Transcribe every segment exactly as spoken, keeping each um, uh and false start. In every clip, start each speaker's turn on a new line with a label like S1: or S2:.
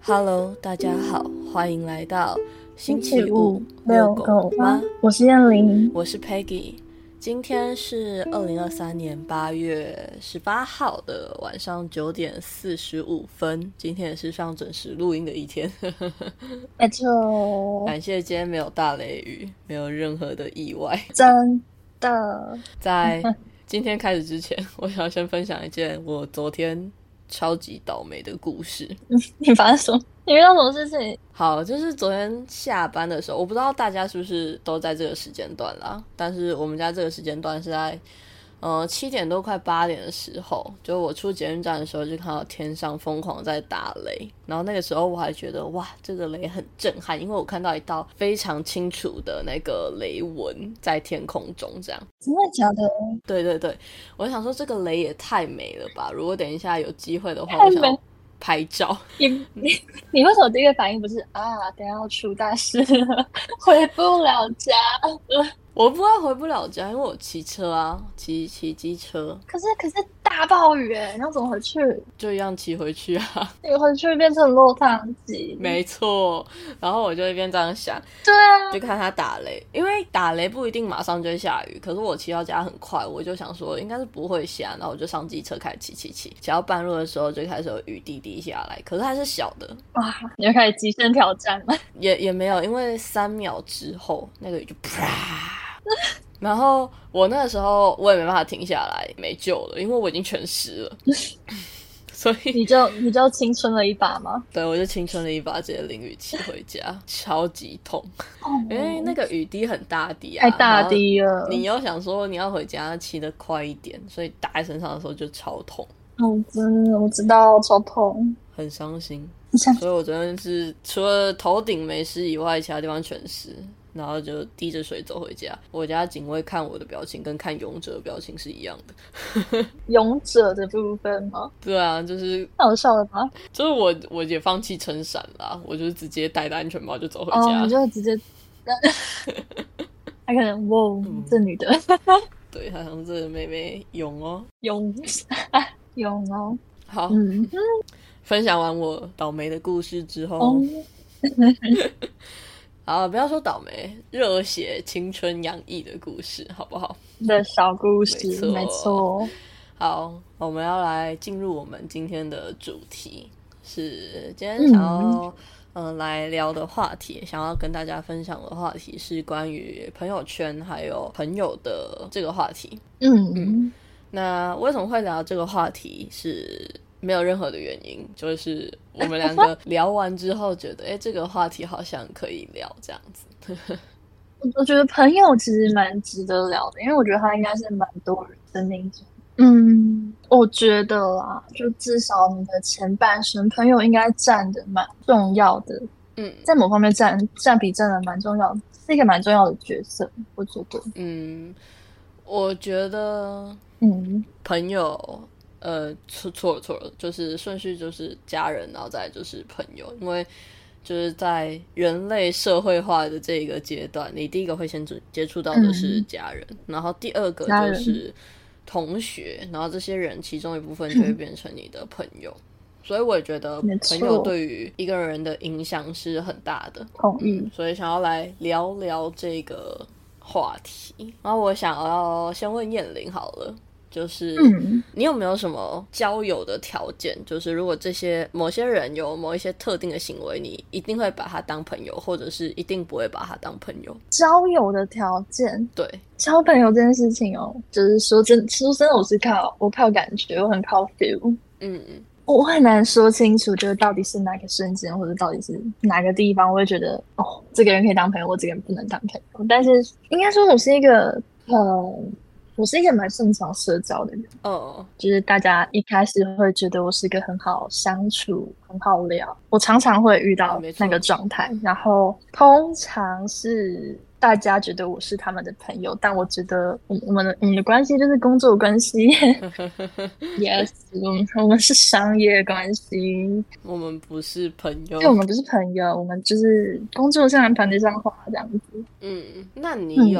S1: Hello， 大家好，欢迎来到星期
S2: 期
S1: 五
S2: 五
S1: 遛
S2: 遛狗
S1: 狗吗
S2: 吗？我是燕玲，
S1: 我是 Peggy， 今天是二零二三年八月十八号的晚上九点四十五分，今天也是上准时录音的一天。
S2: 没错，
S1: 感谢今天没有大雷雨，没有任何的意外。
S2: 真的。
S1: 在今天开始之前，我想要先分享一件我昨天超级倒霉的故事。
S2: 你发生什么？你遇到什么事情？
S1: 好，就是昨天下班的时候，我不知道大家是不是都在这个时间段啦，但是我们家这个时间段是在呃七点多快八点的时候，就我出捷运站的时候就看到天上疯狂在打雷，然后那个时候我还觉得哇，这个雷很震撼，因为我看到一道非常清楚的那个雷纹在天空中这样。
S2: 真的假的？
S1: 对对对，我想说这个雷也太美了吧，如果等一下有机会的话，
S2: 太美
S1: 我想要拍照。
S2: 你你你为什么第一个反应不是啊？等一下要出大事了，回不了家了？
S1: 我不会回不了家，因为我骑车啊，骑骑机车，
S2: 可是可是大暴雨哎，你要怎么回去？
S1: 就一样骑回去啊。
S2: 你回去变成落汤鸡？
S1: 没错，然后我就一边这样想，
S2: 对啊，
S1: 就看它打雷，因为打雷不一定马上就会下雨，可是我骑到家很快，我就想说应该是不会下，然后我就上机车开始骑骑骑，骑到半路的时候就开始有雨滴滴下来，可是它是小的，
S2: 哇，你要开始极限挑战了。
S1: 也也没有，因为三秒之后那个雨就啪。然后我那个时候我也没办法停下来，没救了，因为我已经全湿了，所以
S2: 你就你就青春了一把吗？
S1: 对我就青春了一把，直接淋雨骑回家，超级痛，
S2: 哦
S1: 因为那个雨滴很大滴啊，
S2: 太大滴了。
S1: 你又想说你要回家骑得快一点，所以打在身上的时候就超痛，
S2: 哦，真的，我知道，超痛。
S1: 很伤心。
S2: 你想
S1: 所以我真的是除了头顶没湿以外，其他地方全湿。然后就滴着水走回家。我家警卫看我的表情跟看勇者的表情是一样的。
S2: 勇者的部分吗？
S1: 对啊，就是
S2: 好笑的吗？
S1: 就是我我也放弃撑伞啦，我就直接戴着安全帽就走回
S2: 哦，
S1: 家。
S2: 你就直接，他可能哇，
S1: 嗯
S2: 这女的
S1: 对，好像这个妹妹勇哦，
S2: 勇勇哦，
S1: 好，
S2: 嗯，
S1: 分享完我倒霉的故事之后，
S2: 哦，
S1: 好，不要说倒霉，热血、青春、洋溢的故事，好不好？
S2: 的小故事，
S1: 没错
S2: 没错。
S1: 好，我们要来进入我们今天的主题，是今天想要嗯、呃、来聊的话题，想要跟大家分享的话题是关于朋友圈还有朋友的这个话题。
S2: 嗯
S1: 嗯，那为什么会聊这个话题是？没有任何的原因，就是我们两个聊完之后觉得，哎，这个话题好像可以聊这样子。
S2: 我觉得朋友其实蛮值得聊的，因为我觉得他应该是蛮多人的那种。嗯，我觉得啦，就至少你的前半生，朋友应该占的蛮重要的。
S1: 嗯，
S2: 在某方面占占比占的蛮重要的，是一个蛮重要的角色，我觉得。
S1: 嗯，我觉得，
S2: 嗯，
S1: 朋友。呃，错错了错了，就是顺序就是家人，然后再来就是朋友，因为就是在人类社会化的这个阶段，你第一个会先接触到的是家人，嗯、然后第二个就是同学，然后这些人其中一部分就会变成你的朋友，嗯、所以我也觉得朋友对于一个人的影响是很大的。
S2: 同意、
S1: 嗯，所以想要来聊聊这个话题，然后我想要先问燕玲好了。就是你有没有什么交友的条件？就是如果这些某些人有某一些特定的行为，你一定会把他当朋友，或者是一定不会把他当朋友？
S2: 交友的条件，
S1: 对，
S2: 交朋友这件事情哦，就是说真说真的，我是靠我靠感觉，我很靠 feel。嗯嗯，我很难说清楚，就是到底是哪个瞬间，或者到底是哪个地方，我会觉得哦，这个人可以当朋友，我这个人不能当朋友。但是应该说，我是一个很。我是一个蛮擅长社交的人，哦，就是大家一开始会觉得我是一个很好相处、很好聊，我常常会遇到那个状态，然后通常是大家觉得我是他们的朋友，但我觉得我我们的我们的关系就是工作关系，yes， 我们我们是商业关系，
S1: 我们不是朋友，
S2: 对，我们不是朋友，我们就是工作上、团队上话这样子。
S1: 嗯，那你有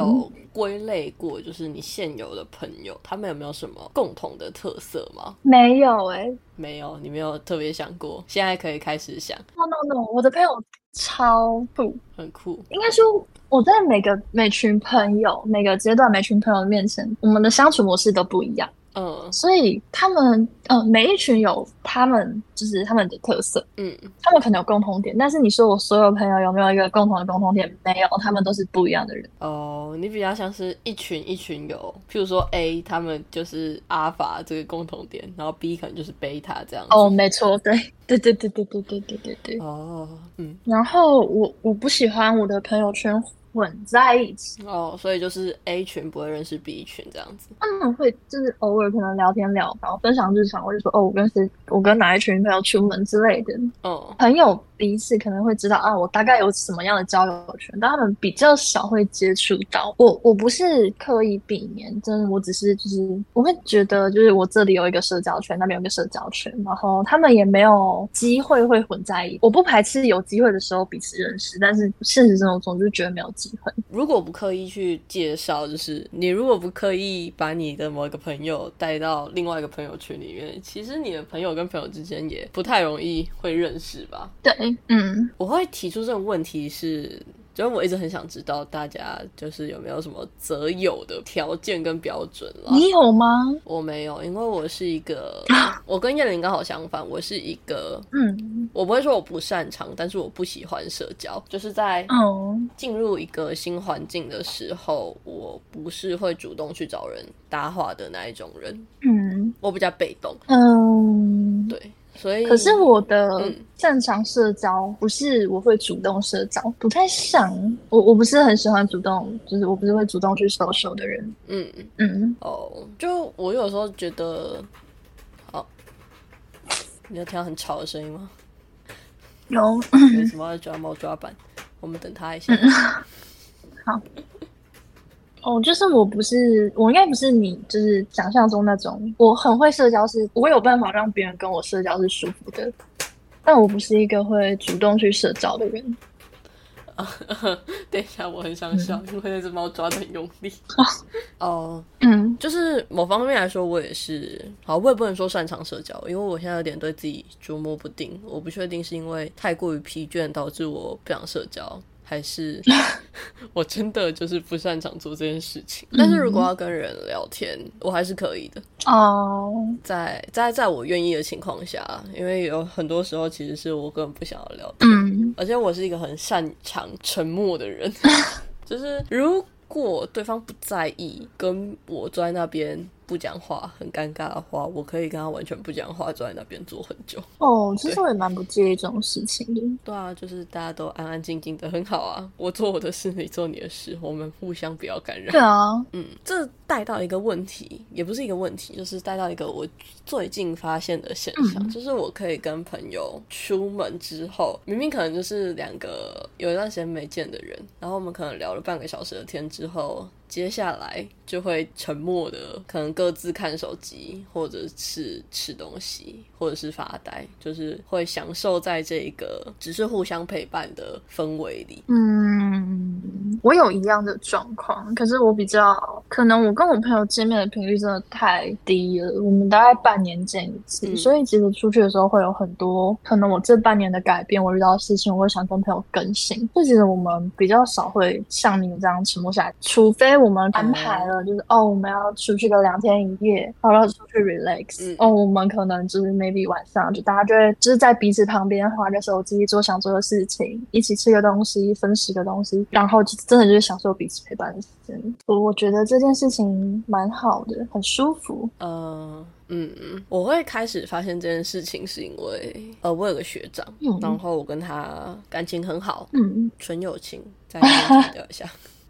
S1: 归类过就是你现有的朋友他们有没有什么共同的特色吗？
S2: 没有哎、欸，
S1: 没有，你没有特别想过，现在可以开始想。
S2: no no no， 我的朋友超酷，
S1: 很酷。
S2: 应该说我在每个每群朋友每个阶段每群朋友面前，我们的相处模式都不一样。
S1: 嗯，
S2: 所以他们呃每一群有他们就是他们的特色，嗯，他们可能有共同点，但是你说我所有朋友有没有一个共同的共同点？没有，他们都是不一样的人。
S1: 哦，你比较像是一群一群有，譬如说 A 他们就是阿尔法这个共同点，然后 B 可能就是贝塔这样子。
S2: 哦，没错，对对对对对对对对对对。
S1: 哦，嗯。
S2: 然后我我不喜欢我的朋友圈混在一起。
S1: 哦，所以就是 A 群不会认识 B 群这样子。
S2: 他们会就是偶尔可能聊天聊，然后分享日常，我就说哦，我跟谁，我跟哪一群朋友出门之类的。哦，朋友彼此可能会知道啊，我大概有什么样的交友圈，但他们比较少会接触到我。我不是刻意避免，真的，我只是就是我会觉得，就是我这里有一个社交圈，那边有一个社交圈，然后他们也没有机会会混在一起。我不排斥有机会的时候彼此认识，但是现实生活中就觉得没有机会。
S1: 如果不刻意去介绍，就是你如果不刻意把你的某一个朋友带到另外一个朋友圈里面，其实你的朋友跟朋友之间也不太容易会认识吧？
S2: 对，嗯，
S1: 我会提出这种问题是，就是我一直很想知道大家就是有没有什么择友的条件跟标准啦。
S2: 你有吗？
S1: 我没有，因为我是一个我跟叶玲刚好相反，我是一个嗯，我不会说我不擅长，但是我不喜欢社交，就是在进入一个新环境的时候，我不是会主动去找人搭话的那一种人。嗯，我比较被动。嗯，对。所以，
S2: 可是我的擅长社交不是我会主动社交，不太像我，我不是很喜欢主动，就是我不是会主动去social的人。嗯
S1: 嗯，哦，就我有时候觉得，好，你有听到很吵的声音吗？
S2: 有，
S1: 为什么要抓猫抓板？我们等他一下。
S2: 嗯、好。哦，就是我不是，我应该不是你就是想象中那种，我很会社交，是我有办法让别人跟我社交是舒服的，但我不是一个会主动去社交的人。
S1: 等一下，我很想笑，嗯、因为那只猫抓得很用力。哦，嗯，就是某方面来说，我也是，好，我也不能说擅长社交，因为我现在有点对自己捉摸不定，我不确定是因为太过于疲倦导致我不想社交，还是我真的就是不擅长做这件事情。但是如果要跟人聊天，我还是可以的哦。在在在我愿意的情况下，因为有很多时候其实是我根本不想要聊天，嗯，而且我是一个很擅长沉默的人，就是如果对方不在意，跟我坐在那边不讲话很尴尬的话，我可以跟他完全不讲话，坐在那边坐很久。
S2: 哦，其实我也蛮不介意这种事情的。
S1: 对啊，就是大家都安安静静的很好啊，我做我的事，你做你的事，我们互相不要干扰。
S2: 对啊，
S1: 嗯，这带到一个问题，也不是一个问题，就是带到一个我最近发现的现象，嗯、就是我可以跟朋友出门之后，明明可能就是两个有一段时间没见的人，然后我们可能聊了半个小时的天之后，接下来就会沉默的，可能各自看手机，或者是吃东西，或者是发呆，就是会享受在这个只是互相陪伴的氛围里。
S2: 嗯，我有一样的状况，可是我比较可能我跟我朋友见面的频率真的太低了，我们大概半年见一次，嗯、所以其实出去的时候会有很多可能我这半年的改变，我遇到的事情，我会想跟朋友更新。所以其实我们比较少会像你们这样沉默下来，除非我们安排了，就是、嗯、哦，我们要出去个两天一夜，好了，出去 relax、嗯。哦，我们可能就是 maybe 晚上就大家就会就是在彼此旁边滑个手机，做想做的事情，一起吃个东西，分食个东西，然后就真的就是享受彼此陪伴的时间。我我觉得这件事情蛮好的，很舒服。
S1: 呃。嗯，我会开始发现这件事情是因为，呃，我有个学长，嗯、然后我跟他感情很好，嗯，纯友情，再强调一下。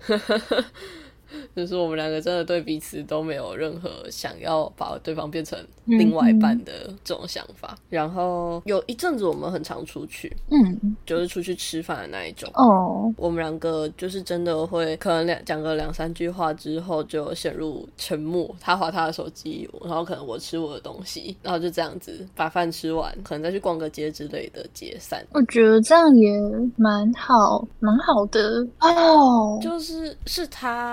S1: 就是我们两个真的对彼此都没有任何想要把对方变成另外一半的这种想法、嗯、然后有一阵子我们很常出去，嗯，就是出去吃饭的那一种哦。我们两个就是真的会可能两讲个两三句话之后就陷入沉默，他滑他的手机，然后可能我吃我的东西，然后就这样子把饭吃完，可能再去逛个街之类的解散。
S2: 我觉得这样也蛮好蛮好的哦，
S1: 就是是他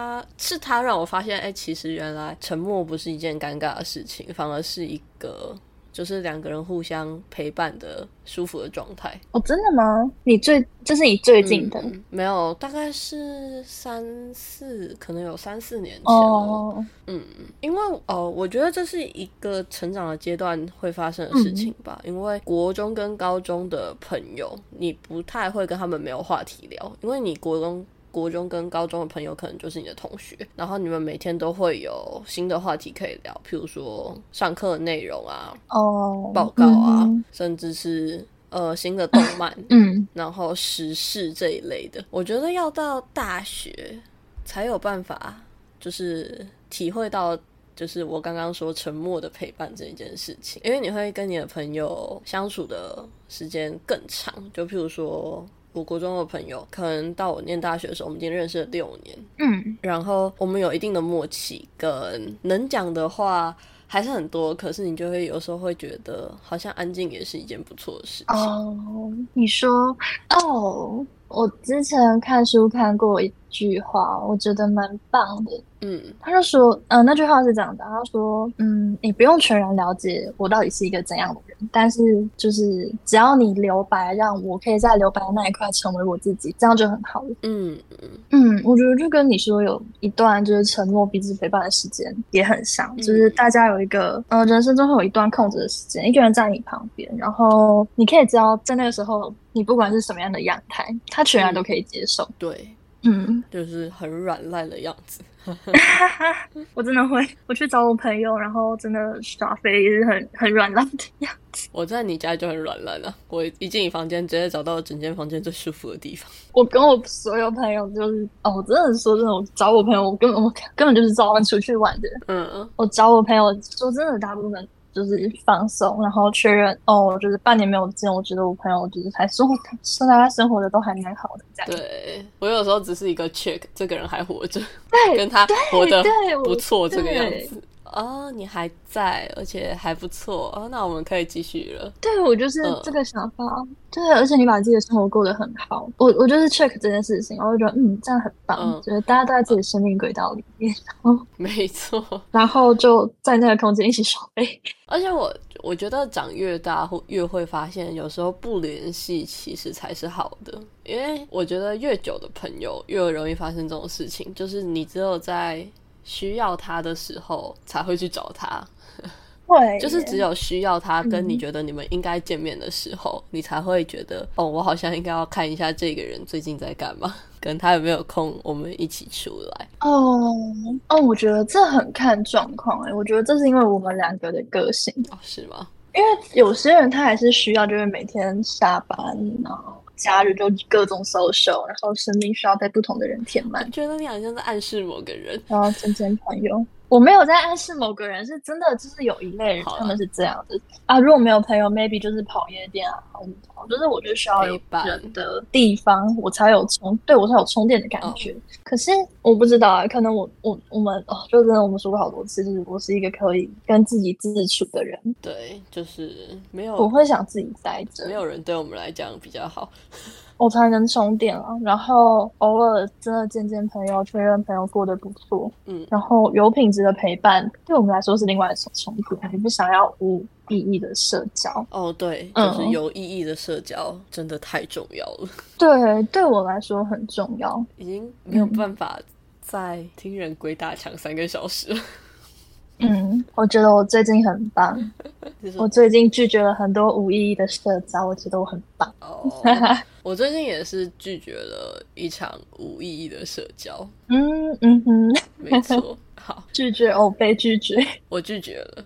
S1: 是他让我发现，哎、欸，其实原来沉默不是一件尴尬的事情，反而是一个就是两个人互相陪伴的舒服的状态。
S2: 哦，真的吗？你最这是你最近的？
S1: 嗯、没有，大概是三四，可能有三四年前了。哦，嗯，因为哦，我觉得这是一个成长的阶段会发生的事情吧。嗯、因为国中跟高中的朋友，你不太会跟他们没有话题聊，因为你国中。国中跟高中的朋友可能就是你的同学，然后你们每天都会有新的话题可以聊，譬如说上课的内容啊，哦，报告啊，嗯、甚至是呃新的动漫，嗯，然后时事这一类的。我觉得要到大学才有办法，就是体会到。就是我刚刚说沉默的陪伴这一件事情，因为你会跟你的朋友相处的时间更长，就譬如说我国中的朋友可能到我念大学的时候我们已经认识了六年，嗯，然后我们有一定的默契，跟能讲的话还是很多，可是你就会有时候会觉得好像安静也是一件不错的事情。
S2: 哦，你说哦，我之前看书看过一句话，我觉得蛮棒的。嗯，他就说，嗯、呃，那句话是这样的，他说，嗯，你不用全然了解我到底是一个怎样的人，但是就是只要你留白，让我可以在留白的那一块成为我自己，这样就很好了。嗯嗯嗯，我觉得就跟你说有一段就是沉默彼此陪伴的时间也很像，嗯、就是大家有一个呃人生中会有一段空着的时间，一个人在你旁边，然后你可以知道在那个时候你不管是什么样的样态，他全然都可以接受。
S1: 嗯、对。嗯，就是很软烂的样子。
S2: 我真的会，我去找我朋友，然后真的耍飞也是很很软烂的样子。
S1: 我在你家就很软烂了，我一进你房间，直接找到整间房间最舒服的地方。
S2: 我跟我所有朋友就是，哦，我真的说真的，我找我朋友，我根本我根本就是找他们出去玩的。嗯，我找我朋友，说真的，大部分。就是放松，然后确认哦，就是半年没有见，我觉得我朋友就是还生活，说大家生活的都还蛮好的这样。
S1: 对，我有时候只是一个 check， 这个人还活着，跟他活得不错这个样子。哦，你还在，而且还不错哦，那我们可以继续了。
S2: 对，我就是这个想法。嗯、对，而且你把自己的生活过得很好，我我就是 check 这件事情，我就觉得嗯，这样很棒。嗯，就是大家都在自己的生命轨道里面，然后
S1: 没错，
S2: 然后就在那个空间一起耍飞。
S1: 而且我我觉得长越大越会发现，有时候不联系其实才是好的，因为我觉得越久的朋友越容易发生这种事情，就是你只有在需要他的时候才会去找他，
S2: 对，
S1: 就是只有需要他跟你觉得你们应该见面的时候、嗯、你才会觉得哦，我好像应该要看一下这个人最近在干嘛，跟他有没有空我们一起出来。哦
S2: 哦，我觉得这很看状况诶，我觉得这是因为我们两个的个性。
S1: 哦，是吗？
S2: 因为有些人他还是需要就是每天下班然后假日就各种 social， 然后生命需要被不同的人填满。
S1: 我觉得你好像在暗示某个人，
S2: 然后见见朋友。我没有在暗示某个人，是真的就是有一类人他们是这样的啊。如果没有朋友 maybe 就是跑夜店啊，就是我就需要有人的地方我才有充对我才有充电的感觉、哦、可是我不知道啊，可能我我我们哦，就真的我们说过好多次，就是我是一个可以跟自己自处的人。
S1: 对，就是没有
S2: 我会想自己待着，
S1: 没有人对我们来讲比较好，
S2: 我才能充电啊。然后偶尔真的见见朋友，确认朋友过得不错，嗯，然后有品质的陪伴，对我们来说是另外一种充电。你不想要无意义的社交。
S1: 哦，对，就是有意义的社交、嗯、真的太重要了。
S2: 对，对我来说很重要，
S1: 已经没有办法再听人鬼打墙三个小时了。
S2: 嗯，我觉得我最近很棒。我最近拒绝了很多无意义的社交，我觉得我很棒。哦，
S1: 我最近也是拒绝了一场无意义的社交。
S2: 嗯嗯哼，
S1: 没错。好，
S2: 拒绝哦，被拒绝，
S1: 我拒绝了。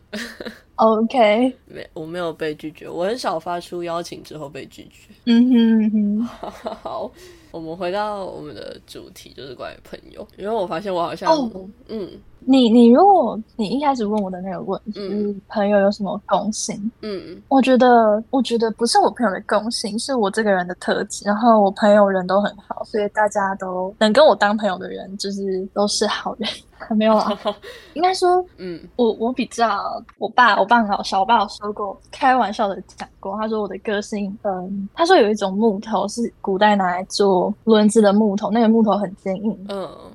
S2: OK，
S1: 没，我没有被拒绝，我很少发出邀请之后被拒绝。
S2: 嗯哼嗯
S1: 哼，好，我们回到我们的主题，就是关于朋友，因为我发现我好像，哦、嗯。
S2: 你你如果你一开始问我的那个问题，嗯、就是朋友有什么共性？嗯，我觉得我觉得不是我朋友的共性，是我这个人的特质。然后我朋友人都很好，所以大家都能跟我当朋友的人，就是都是好人。没有啦，应该说，嗯，我我比较，我爸我爸很好笑，我爸有说过，开玩笑的讲过，他说我的个性，嗯，他说有一种木头是古代拿来做轮子的木头，那个木头很坚硬，嗯。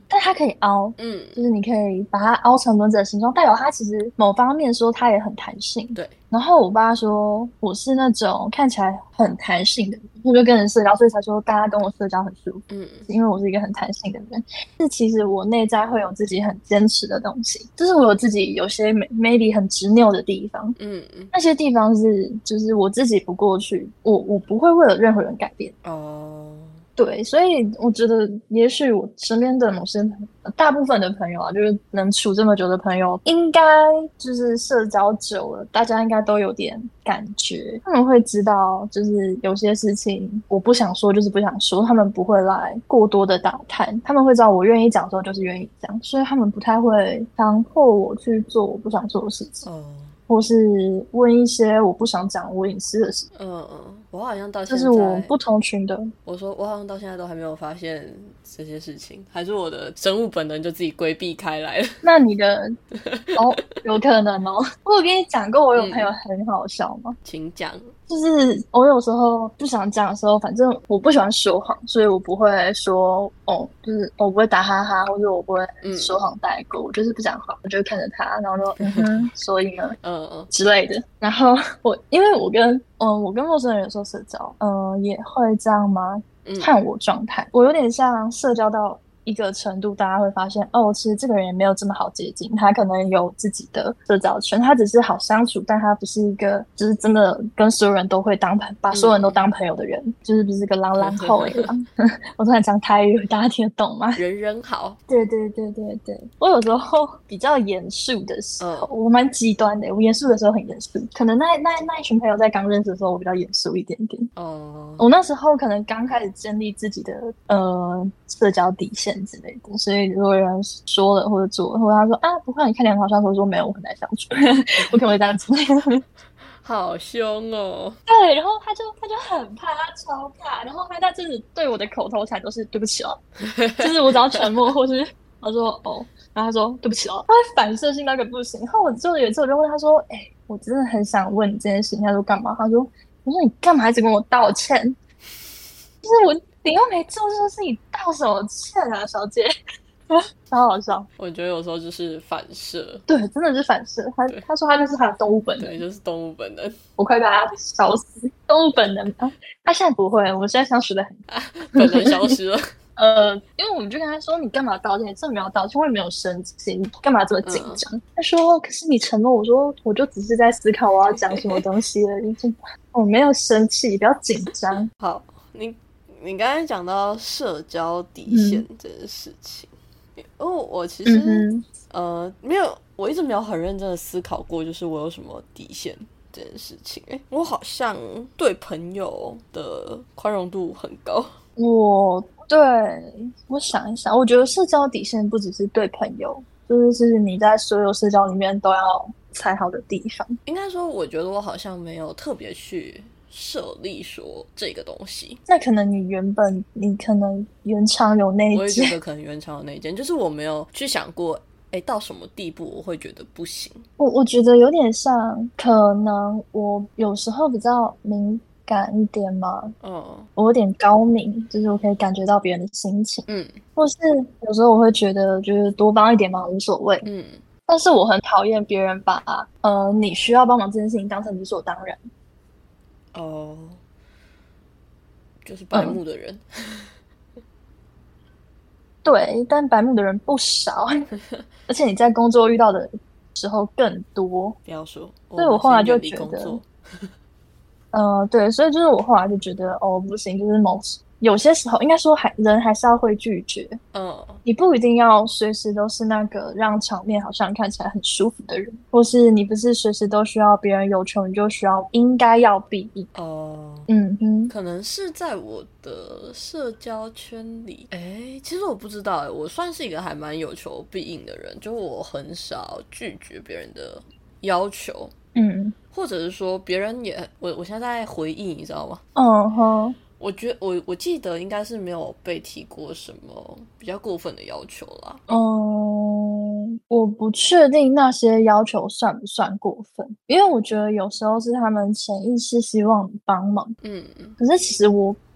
S2: 但它可以凹，嗯，就是你可以把它凹成轮子的形状，代表它其实某方面说它也很弹性。
S1: 对。
S2: 然后我爸说我是那种看起来很弹性的人，我就跟人社交，所以才说大家跟我社交很舒服。嗯，因为我是一个很弹性的人。是其实我内在会有自己很坚持的东西，就是我有自己有些 maybe 很执拗的地方。嗯嗯，那些地方是就是我自己不过去，我我不会为了任何人改变。哦。对，所以我觉得，也许我身边的某些大部分的朋友啊，就是能处这么久的朋友，应该就是社交久了，大家应该都有点感觉，他们会知道，就是有些事情我不想说，就是不想说，他们不会来过多的打探，他们会知道我愿意讲的时候就是愿意讲，所以他们不太会强迫我去做我不想做的事情。哦。或是问一些我不想讲我隐私的事。嗯
S1: 嗯，我好像到现在，
S2: 这是我不同群的。
S1: 我说我好像到现在都还没有发现这些事情，还是我的生物本能就自己规避开来了。
S2: 那你的哦，有可能哦。我有跟你讲过，我有朋友很好笑吗？
S1: 嗯、请讲。
S2: 就是我有时候不想讲的时候，反正我不喜欢说谎，所以我不会说哦，就是我不会打哈哈，或者我不会说谎带过、嗯，我就是不讲话，我就看着他，然后说嗯哼，所以呢，嗯嗯之类的。然后我因为我跟嗯我跟陌生人有时候社交，嗯也会这样吗？看我状态，我有点像社交到一个程度，大家会发现哦，其实这个人也没有这么好接近，他可能有自己的社交圈，他只是好相处，但他不是一个就是真的跟所有人都会当朋把所有人都当朋友的人，嗯、就是不是个狼狼后诶狼。我突然讲台语，大家听得懂吗？
S1: 人人好。
S2: 对对对对对，我有时候比较严肃的时候，嗯、我蛮极端的，我严肃的时候很严肃，可能那那那一群朋友在刚认识的时候，我比较严肃一点点。哦，我那时候可能刚开始建立自己的呃社交底线之类的，所以如果有人说了或者做了，或者他说啊不会，你看起来很好相处，我说没有，我很难相处，我可能会这样子。
S1: 好凶哦！
S2: 对，然后他就他就很怕，他超怕，然后他他就是对我的口头禅都是对不起哦，就是我只要沉默或是他说哦，然后他说对不起哦，他会反射性那个不行。然后我就有一次我就问他说，哎、欸，我真的很想问你这件事情，他说干嘛？他说我说你干嘛一直跟我道歉？就是我你又没做这件事，你道什么歉啊，小姐？超好笑。
S1: 我觉得有时候就是反射，
S2: 对，真的是反射。他他说他那是他的动物本能，
S1: 对，就是动物本能。
S2: 我快把他笑死，动物本能啊！他现在不会，我现在消失的很、
S1: 啊，本能消失了。
S2: 呃，因为我们就跟他说，你干嘛道歉？这没有道歉，我也没有生气，你干嘛这么紧张？嗯、他说，可是你承诺，我说我就只是在思考我要讲什么东西而已，我没有生气，不要紧张。
S1: 好，你你刚才讲到社交底线这件事情。嗯哦，我其实、嗯、呃没有，我一直没有很认真的思考过，就是我有什么底线这件事情。哎，我好像对朋友的宽容度很高。
S2: 我对我想一想，我觉得社交底线不只是对朋友，就是是你在所有社交里面都要踩好的地方。
S1: 应该说，我觉得我好像没有特别去设立说这个东西，
S2: 那可能你原本你可能原厂有内
S1: 建，我也觉得可能原厂有内建，就是我没有去想过，哎，到什么地步我会觉得不行。
S2: 我我觉得有点像，可能我有时候比较敏感一点嘛，嗯，我有点高敏，就是我可以感觉到别人的心情，嗯，或是有时候我会觉得就是多帮一点忙无所谓，嗯，但是我很讨厌别人把呃你需要帮忙这件事情当成理所当然。
S1: 哦，就是白目的人、
S2: 嗯、对，但白目的人不少而且你在工作遇到的时候更多。
S1: 不要说，
S2: 所以我后来就觉得呃，对，所以就是我后来就觉得哦不行，就是某有些时候应该说还人还是要会拒绝，嗯，你不一定要随时都是那个让场面好像看起来很舒服的人，或是你不是随时都需要别人有求你就需要应该要必应。哦，
S1: 嗯哼，可能是在我的社交圈里，哎，其实我不知道，哎，我算是一个还蛮有求必应的人，就我很少拒绝别人的要求，嗯，或者是说别人也我我现在在回忆，你知道吗？嗯哼。我觉得我我记得应该是没有被提过什么比较过分的要求啦。
S2: 嗯，我不确定那些要求算不算过分，因为我觉得有时候是他们潜意识希望你帮忙。嗯，可是其实我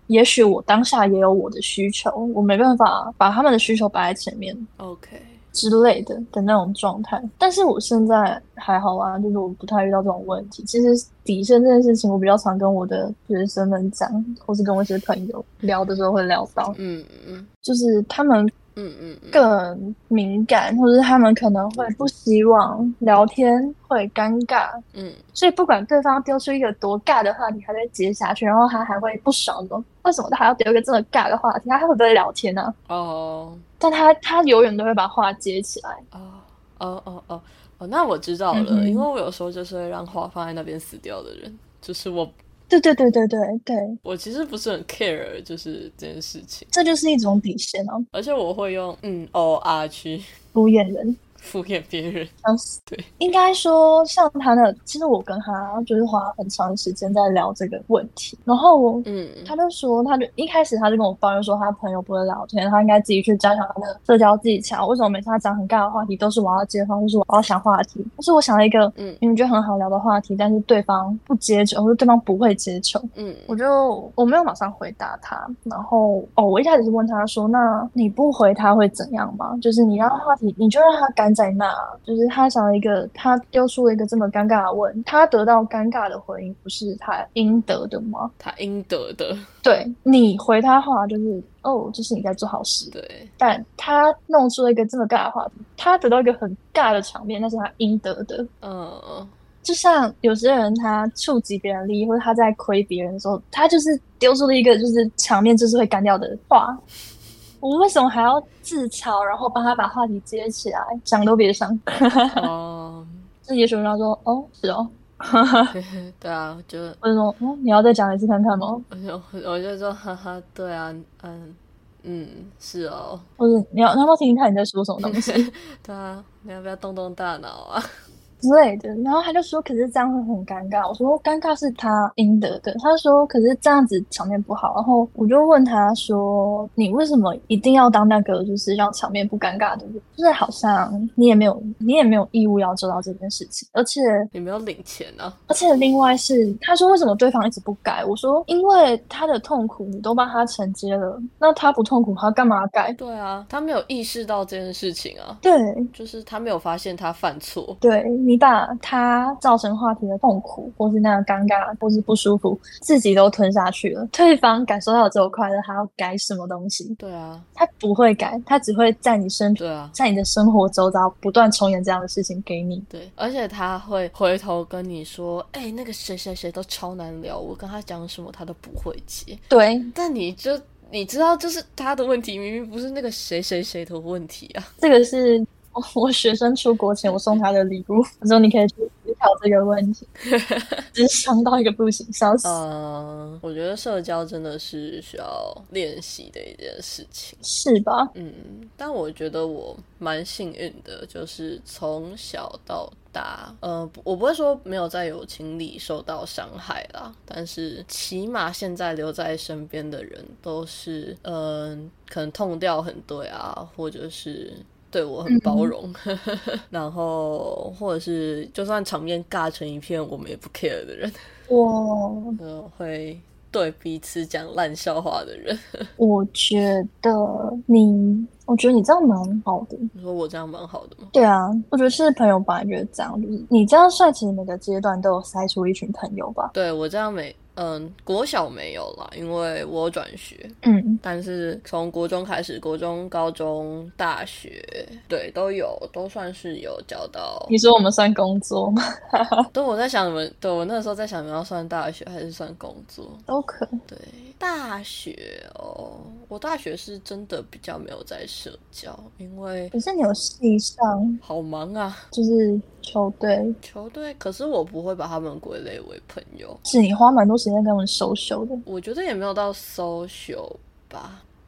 S2: 也许我当下也有我的需求，我没办法把他们的需求摆在前面。
S1: OK。
S2: 之类的的那种状态，但是我现在还好啊，就是我不太遇到这种问题。其实底线这件事情，我比较常跟我的学生们讲，或是跟我一些朋友聊的时候会聊到，
S1: 嗯嗯，
S2: 就是他们
S1: 嗯嗯
S2: 更敏感，或者他们可能会不希望聊天会尴尬，嗯，所以不管对方丢出一个多尬的话题，他就会接下去，然后他还会不爽的，为什么他还要丢一个这么尬的话题？他还会不会聊天呢、啊？哦。但他他永远都会把话接起来。
S1: 哦哦哦哦哦，那我知道了，嗯、因为我有时候就是会让话放在那边死掉的人，就是我。
S2: 对对对对对对，
S1: 我其实不是很 care， 就是这件事情，
S2: 这就是一种底线啊。
S1: 而且我会用嗯哦啊去
S2: 敷衍人。
S1: 敷衍别人，对，
S2: 应该说像他的，其实我跟他就是花很长时间在聊这个问题，然后嗯，他就说，他就一开始他就跟我抱怨说，他朋友不会聊天，他应该自己去加强他的社交技巧。为什么每次他讲很尬的话题，都是我要接话，或是我要想话题？但是我想了一个嗯，你觉得很好聊的话题，但是对方不接球，或者对方不会接球，嗯，我就我没有马上回答他，然后哦，我一开始是问他说，那你不回他会怎样吗？就是你让话题，你就让他干在那。就是他想了一个，他丢出了一个这么尴尬的问，他得到尴尬的回应，不是他应得的吗？
S1: 他应得的。
S2: 对，你回他话就是哦，这是你在做好事。
S1: 对，
S2: 但他弄出了一个这么尬的话题，他得到一个很尬的场面，那是他应得的。嗯，就像有些人他触及别人利益，或者他在亏别人的时候，他就是丢出了一个就是场面就是会干掉的话。我为什么还要自嘲，然后帮他把话题接起来，想都别想。哦，这也许人家说，哦，是哦。
S1: 对啊，就
S2: 我就说，哦，你要再讲一次看看吗？
S1: 我就我就说，哈哈，对啊，嗯嗯，是哦。
S2: 或者你要你要不要听听看你在说什么东西？
S1: 对啊，你要不要动动大脑啊？
S2: 之类的，然后他就说，可是这样会很尴尬。我说尴尬是他应得的。他说可是这样子场面不好。然后我就问他说，你为什么一定要当那个就是让场面不尴尬的人？就是好像你也没有你也没有义务要做到这件事情，而且
S1: 你没有领钱啊。
S2: 而且另外是他说为什么对方一直不改？我说因为他的痛苦你都帮他承接了，那他不痛苦他干嘛改？
S1: 对啊，他没有意识到这件事情啊。
S2: 对，
S1: 就是他没有发现他犯错。
S2: 对，你把他造成话题的痛苦或是那样尴尬或是不舒服自己都吞下去了，对方感受到这种快乐还要改什么东西？
S1: 对啊，
S2: 他不会改，他只会在你身
S1: 对啊，
S2: 在你的生活周遭不断重演这样的事情给你。
S1: 对，而且他会回头跟你说，哎、欸，那个谁谁谁都超难聊，我跟他讲什么他都不会接。
S2: 对，
S1: 但你就你知道，就是他的问题明明不是那个谁谁谁的问题啊。
S2: 这个是我学生出国前我送他的礼物，我说你可以去思考这个问题，只是伤到一个不行，笑死。
S1: 嗯，我觉得社交真的是需要练习的一件事情，
S2: 是吧？
S1: 嗯，但我觉得我蛮幸运的，就是从小到大，呃，我不会说没有在友情里受到伤害啦，但是起码现在留在身边的人都是，嗯、呃，可能痛掉很对啊，或者是对我很包容、嗯、然后或者是就算场面尬成一片我们也不 care 的人，哇、呃，会对彼此讲烂笑话的人。
S2: 我觉得你我觉得你这样蛮好的。
S1: 你说我这样蛮好的吗？
S2: 对啊，我觉得是朋友本来就是这样，就是你这样算其实每个阶段都有筛出一群朋友吧。
S1: 对，我这样每嗯，国小没有啦，因为我有转学。嗯，但是从国中开始，国中、高中、大学，对，都有，都算是有交到。
S2: 你说我们算工作吗？
S1: 对，我在想你们，对我那个时候在想你们要算大学还是算工作，
S2: 都可以。
S1: 对，大学哦，我大学是真的比较没有在社交，因为
S2: 可是你有系上，
S1: 好忙啊，
S2: 就是球队，
S1: 球队，可是我不会把他们归类为朋友，
S2: 是你花蛮多时间跟他们social的。
S1: 我觉得也没有到 social 吧，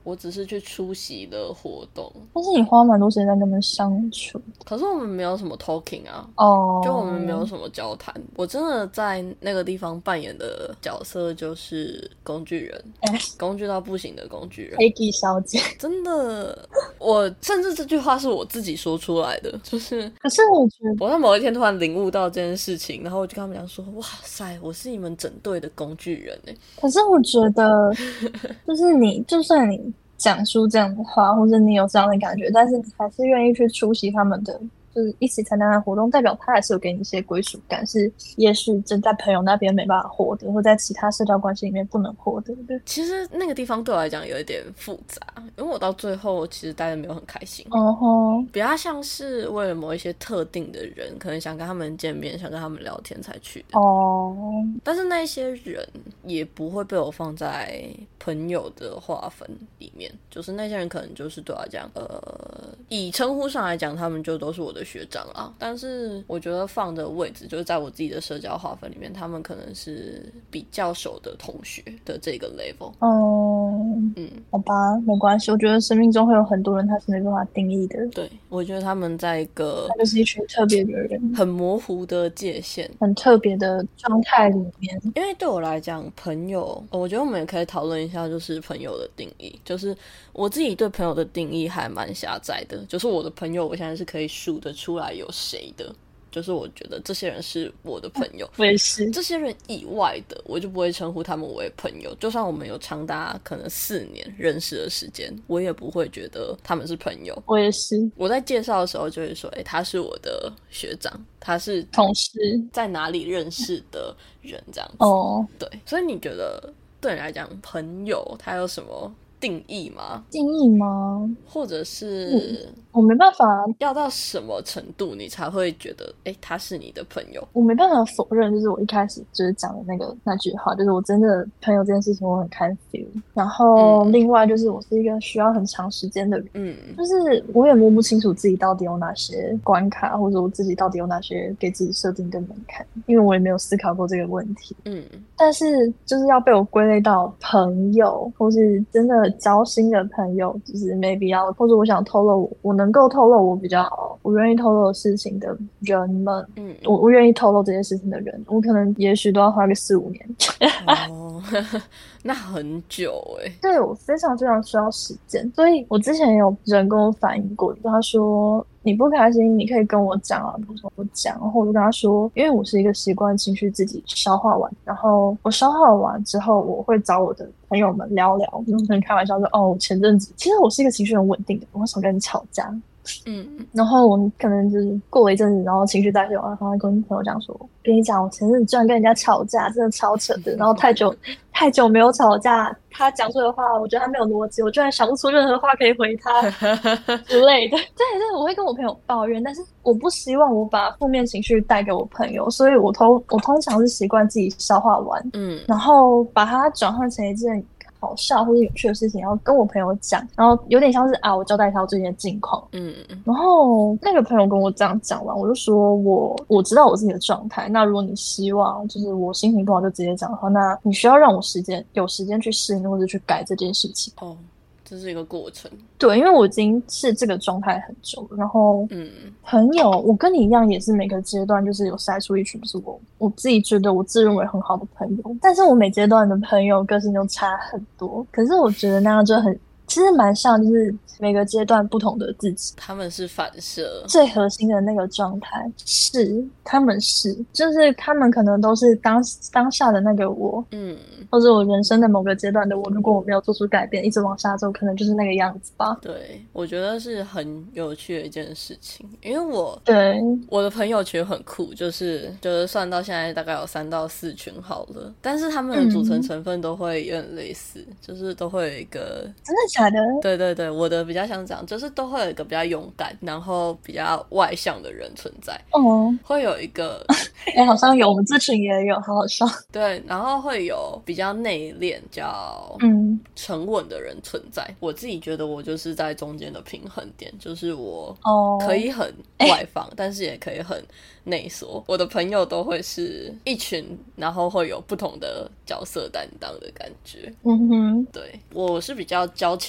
S1: 我只是去出席了活动。
S2: 但是你花蛮多时间在跟他们相处。
S1: 可是我们没有什么 talking 啊，
S2: 哦、
S1: oh. 就我们没有什么交谈。我真的在那个地方扮演的角色就是工具人，工具到不行的工具人，
S2: 黑吉小姐。
S1: 真的，我甚至这句话是我自己说出来的，就是。
S2: 可是我觉得，
S1: 我在某一天突然领悟到这件事情，然后我就跟他们讲说：“哇塞，我是你们整队的工具人哎。”
S2: 可是我觉得，就是你，就算你讲出这样的话，或者你有这样的感觉，但是你还是愿意去出席他们的。就是一起参加的活动，代表他还是有给你一些归属感，是也许真在朋友那边没办法获得，或在其他社交关系里面不能获得的。
S1: 其实那个地方对我来讲有一点复杂，因为我到最后其实待的没有很开心。
S2: 哦吼，
S1: 比较像是为了某一些特定的人，可能想跟他们见面，想跟他们聊天才去的。
S2: 哦，但
S1: 是那些人也不会被我放在朋友的划分里面，就是那些人可能就是对我来讲，呃，以称呼上来讲，他们就都是我的学长啦，但是我觉得放的位置就是在我自己的社交划分里面，他们可能是比较熟的同学的这个 level。
S2: 哦，嗯，好吧，没关系。我觉得生命中会有很多人，他是没办法定义的。
S1: 对，我觉得他们在一个，
S2: 他就是一群特别的人，
S1: 很模糊的界限，
S2: 很特别的状态里面。
S1: 因为对我来讲，朋友，我觉得我们也可以讨论一下，就是朋友的定义。就是我自己对朋友的定义还蛮狭窄的，就是我的朋友，我现在是可以数得出来有谁的，就是我觉得这些人是我的朋友。
S2: 我也是。
S1: 这些人以外的，我就不会称呼他们为朋友。就算我们有长达可能四年认识的时间，我也不会觉得他们是朋友。
S2: 我也是。
S1: 我在介绍的时候就会说，哎、欸，他是我的学长，他是
S2: 同事，
S1: 在哪里认识的人，这样子。
S2: 哦，
S1: 对。所以你觉得对你来讲，朋友他有什么定义吗？
S2: 定义吗？
S1: 或者是、
S2: 嗯、我没办法，
S1: 要到什么程度你才会觉得哎，他是你的朋友？
S2: 我没办法否认，就是我一开始就是讲的那个那句话，就是我真的朋友这件事情我很看 feel。然后另外就是我是一个需要很长时间的人，嗯，就是我也摸不清楚自己到底有哪些关卡，或者我自己到底有哪些给自己设定的门槛，因为我也没有思考过这个问题。嗯，但是就是要被我归类到朋友，或是真的交心的朋友，就是 maybe 要，或者我想透露我我能够透露我比较我愿意透露的事情的人们，嗯，我我愿意透露这些事情的人，我可能也许都要花个四五年。
S1: 哦，那很久哎、欸。
S2: 对，我非常非常需要时间，所以我之前有人跟我反映过，他说你不开心你可以跟我讲啊，为什么不讲？然后我就跟他说，因为我是一个习惯情绪自己消化完，然后我消化完之后，我会找我的朋友们聊聊，可能开玩笑说，哦，前阵子其实我是一个情绪很稳定的，我很少跟人吵架。嗯，然后我可能就是过了一阵子，然后情绪再起，然后跟朋友讲说，跟你讲，我前阵子居然跟人家吵架，真的超扯的。然后太久太久没有吵架，他讲出的话，我觉得他没有逻辑，我居然想不出任何话可以回他之类的。对对，我会跟我朋友抱怨，但是我不希望我把负面情绪带给我朋友，所以我通我通常是习惯自己消化完，嗯，然后把它转换成一件好笑或者有趣的事情，然后跟我朋友讲，然后有点像是啊，我交代他最近的近况，嗯，然后那个朋友跟我这样讲完，我就说我我知道我自己的状态，那如果你希望就是我心情不好就直接讲的话，那你需要让我时间有时间去适应或者去改这件事情。
S1: 哦，这是一个过程。
S2: 对，因为我已经是这个状态很久了，然后嗯，朋友我跟你一样也是每个阶段就是有筛出一群就是我我自己觉得我自认为很好的朋友，但是我每阶段的朋友个性都差很多，可是我觉得那样就很其实蛮像就是每个阶段不同的自己，
S1: 他们是反射
S2: 最核心的那个状态，是他们是就是他们可能都是当当下的那个我，嗯，或者我人生的某个阶段的我，如果我没有做出改变一直往下走，可能就是那个样子吧。
S1: 对，我觉得是很有趣的一件事情，因为我
S2: 对
S1: 我的朋友群很酷，就是就是算到现在大概有三到四群好了，但是他们的组成成分都会有点类似，嗯，就是都会有一个
S2: 真的假的？
S1: 对对对，我的比较像这样，就是都会有一个比较勇敢然后比较外向的人存在，哦，会有一个
S2: 哎、欸，好像有，我们这群也有，好好笑。
S1: 对，然后会有比较内敛、比较嗯沉稳的人存在。我自己觉得我就是在中间的平衡点，就是我可以很外放，哦，但是也可以很内缩。我的朋友都会是一群，然后会有不同的角色担当的感觉。嗯哼，对，我是比较交浅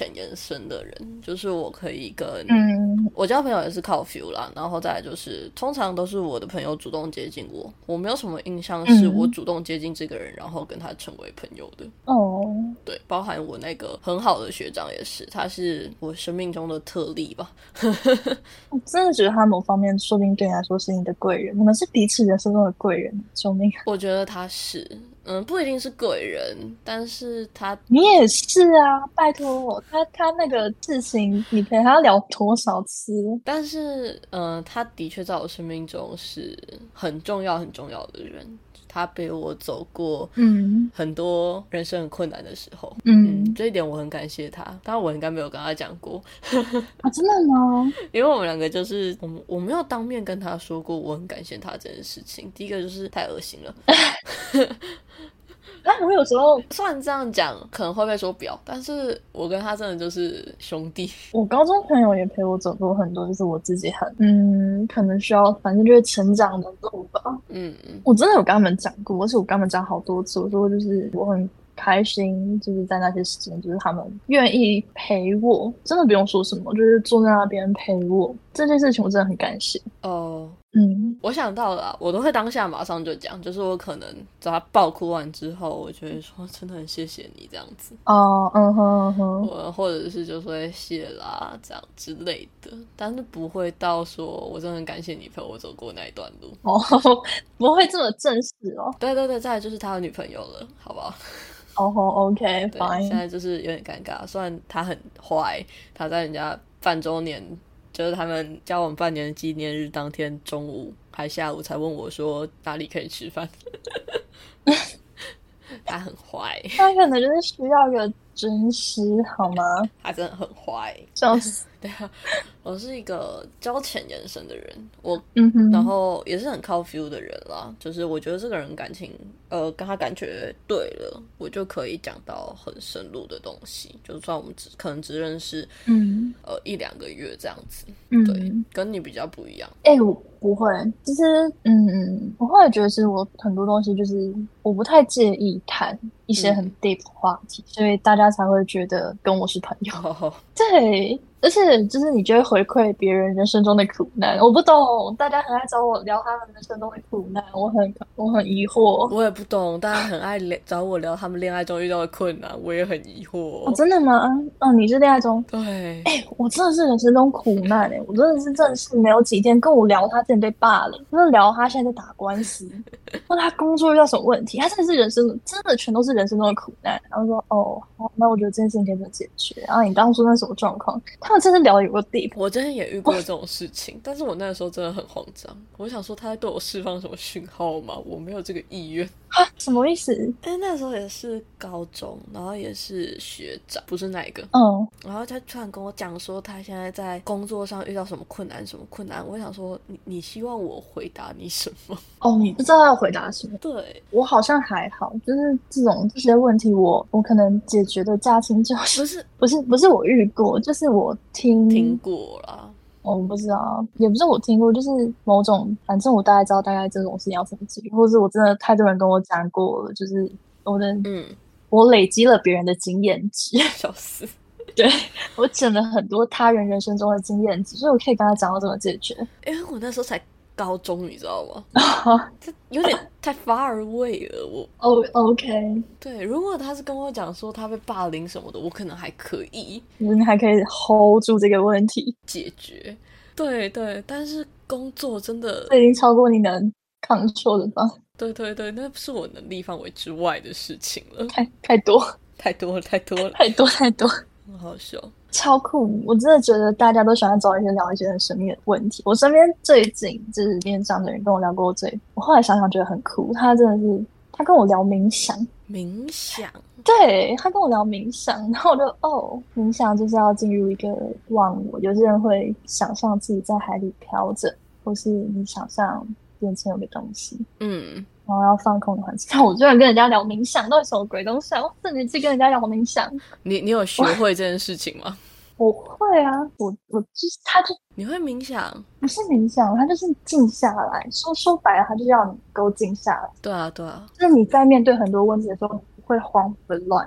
S1: 浅延伸的人，就是我可以跟
S2: 嗯，
S1: 我交朋友也是靠 feel 啦，然后再来就是通常都是我的朋友主动接近我，我没有什么印象是我主动接近这个人、嗯、然后跟他成为朋友的。
S2: 哦，
S1: 对，包含我那个很好的学长也是，他是我生命中的特例吧。
S2: 我真的觉得他某方面说不定对你来说是你的贵人，你们是彼此人生中的贵人，救命！
S1: 我觉得他是嗯，不一定是贵人，但是他
S2: 你也是啊，拜托他他那个事情你陪他聊多少次？
S1: 但是嗯、呃，他的确在我生命中是很重要很重要的人，他陪我走过嗯很多人生很困难的时候。 嗯, 嗯，这一点我很感谢他，当然我应该没有跟他讲过。
S2: 啊，真的吗？
S1: 因为我们两个就是我我没有当面跟他说过我很感谢他这件事情。第一个就是太恶心了。
S2: 啊，我有时候
S1: 虽然这样讲可能会被说表，但是我跟他真的就是兄弟。
S2: 我高中朋友也陪我走过很多，就是我自己很嗯，可能需要反正就是成长的路吧。嗯嗯，我真的有跟他们讲过，而且我跟他们讲好多次，我说就是我很开心，就是在那些时间，就是他们愿意陪我，真的不用说什么，就是坐在那边陪我，这件事情我真的很感谢。哦，嗯，
S1: 我想到了啦，我都会当下马上就讲，就是我可能在他爆哭完之后，我就会说真的很谢谢你这样子。
S2: 哦，嗯哼嗯哼，
S1: 我或者是就说谢啦这样之类的，但是不会到说我真的很感谢你陪我走过那一段路。
S2: 哦，不会这么正式哦。
S1: 对对对，再来就是他有女朋友了，好不好？
S2: 哦吼 ，OK， fine。
S1: 现在就是有点尴尬，虽然他很坏，他在人家半周年，就是他们交往半年的纪念日当天中午还下午才问我说哪里可以吃饭。他很坏，
S2: 他可能就是需要一个真实好吗？
S1: 他真的很坏，
S2: 笑死。
S1: 对啊，我是一个交浅言深的人，我、嗯、哼然后也是很靠 feel 的人啦，就是我觉得这个人感情呃跟他感觉对了，我就可以讲到很深入的东西，就算我们只可能只认识嗯呃一两个月这样子。嗯，对，跟你比较不一样。
S2: 哎、欸，我不会，其实嗯，我后来觉得是我很多东西就是我不太介意谈一些很 deep 的话题、嗯、所以大家才会觉得跟我是朋友。哦、对，而且就是你就会回馈别人人生中的苦难，我不懂，大家很爱找我聊他们人生中的苦难，我很我很疑惑。
S1: 我也不懂，大家很爱找我聊他们恋爱中遇到的困难，我也很疑惑。
S2: 哦，真的吗？哦，你是恋爱中？
S1: 对。
S2: 哎、欸，我真的是人生中苦难哎、欸，我真的是认识没有几天，跟我聊他之前被霸凌，真的聊他现在在打官司，问他工作遇到什么问题，他真的是人生真的全都是人生中的苦难。然后说哦，好，那我觉得这件事情可以怎么解决？然后你当初那什么状况？他们真的聊得有个 deep。
S1: 我真的也遇过这种事情，但是我那个时候真的很慌张，我想说他在对我释放什么讯号吗？我没有这个意愿。
S2: 啊，什么意思？
S1: 因为那时候也是高中，然后也是学长，不是哪一个。
S2: 嗯，
S1: 然后他突然跟我讲说他现在在工作上遇到什么困难什么困难，我想说你你希望我回答你什么？
S2: 哦，你不知道要回答什么？
S1: 对，
S2: 我好像还好，就是这种这些问题我我可能解决的驾轻就熟。
S1: 不是
S2: 不是不是我遇过，就是我听
S1: 听过啦。
S2: 我不知道，也不是我听过，就是某种，反正我大概知道大概这种事情要怎么解决，或是我真的太多人跟我讲过了，就是我的，嗯，我累积了别人的经验值，
S1: 笑死，
S2: 对，我整了很多他人人生中的经验值，所以我可以跟他讲到怎么解决。
S1: 因为我那时候才高中，你知道吗？这有点太 far away 了，我
S2: 哦、oh, OK，
S1: 对，如果他是跟我讲说他被霸凌什么的，我可能还可以，
S2: 你还可以 hold 住这个问题
S1: 解决。对对，但是工作真的，
S2: 这已经超过你能 control 的吧？
S1: 对对对，那是我能力范围之外的事情了，
S2: 太太多
S1: 太多了太多了
S2: 太多太多，
S1: 很好笑。超
S2: 酷！我真的觉得大家都喜欢找一些聊一些很神秘的问题。我身边最近就是面上的人跟我聊过最，我后来想想觉得很酷。他真的是，他跟我聊冥想，
S1: 冥想，
S2: 对，他跟我聊冥想，然后我就哦，冥想就是要进入一个忘我。有些人会想象自己在海里飘着，或是你想象眼前有个东西，嗯。然后要放空的环境，但我居然跟人家聊冥想，到底什么鬼东西啊？我这年纪跟人家聊冥想，
S1: 你你有学会这件事情吗？
S2: 我会啊，我我就是他就
S1: 你会冥想？
S2: 不是冥想，他就是静下来。说说白了，他就要你够静下来。
S1: 对啊，对啊，
S2: 就是你在面对很多问题的时候，不会慌不会乱。
S1: 哦、uh ，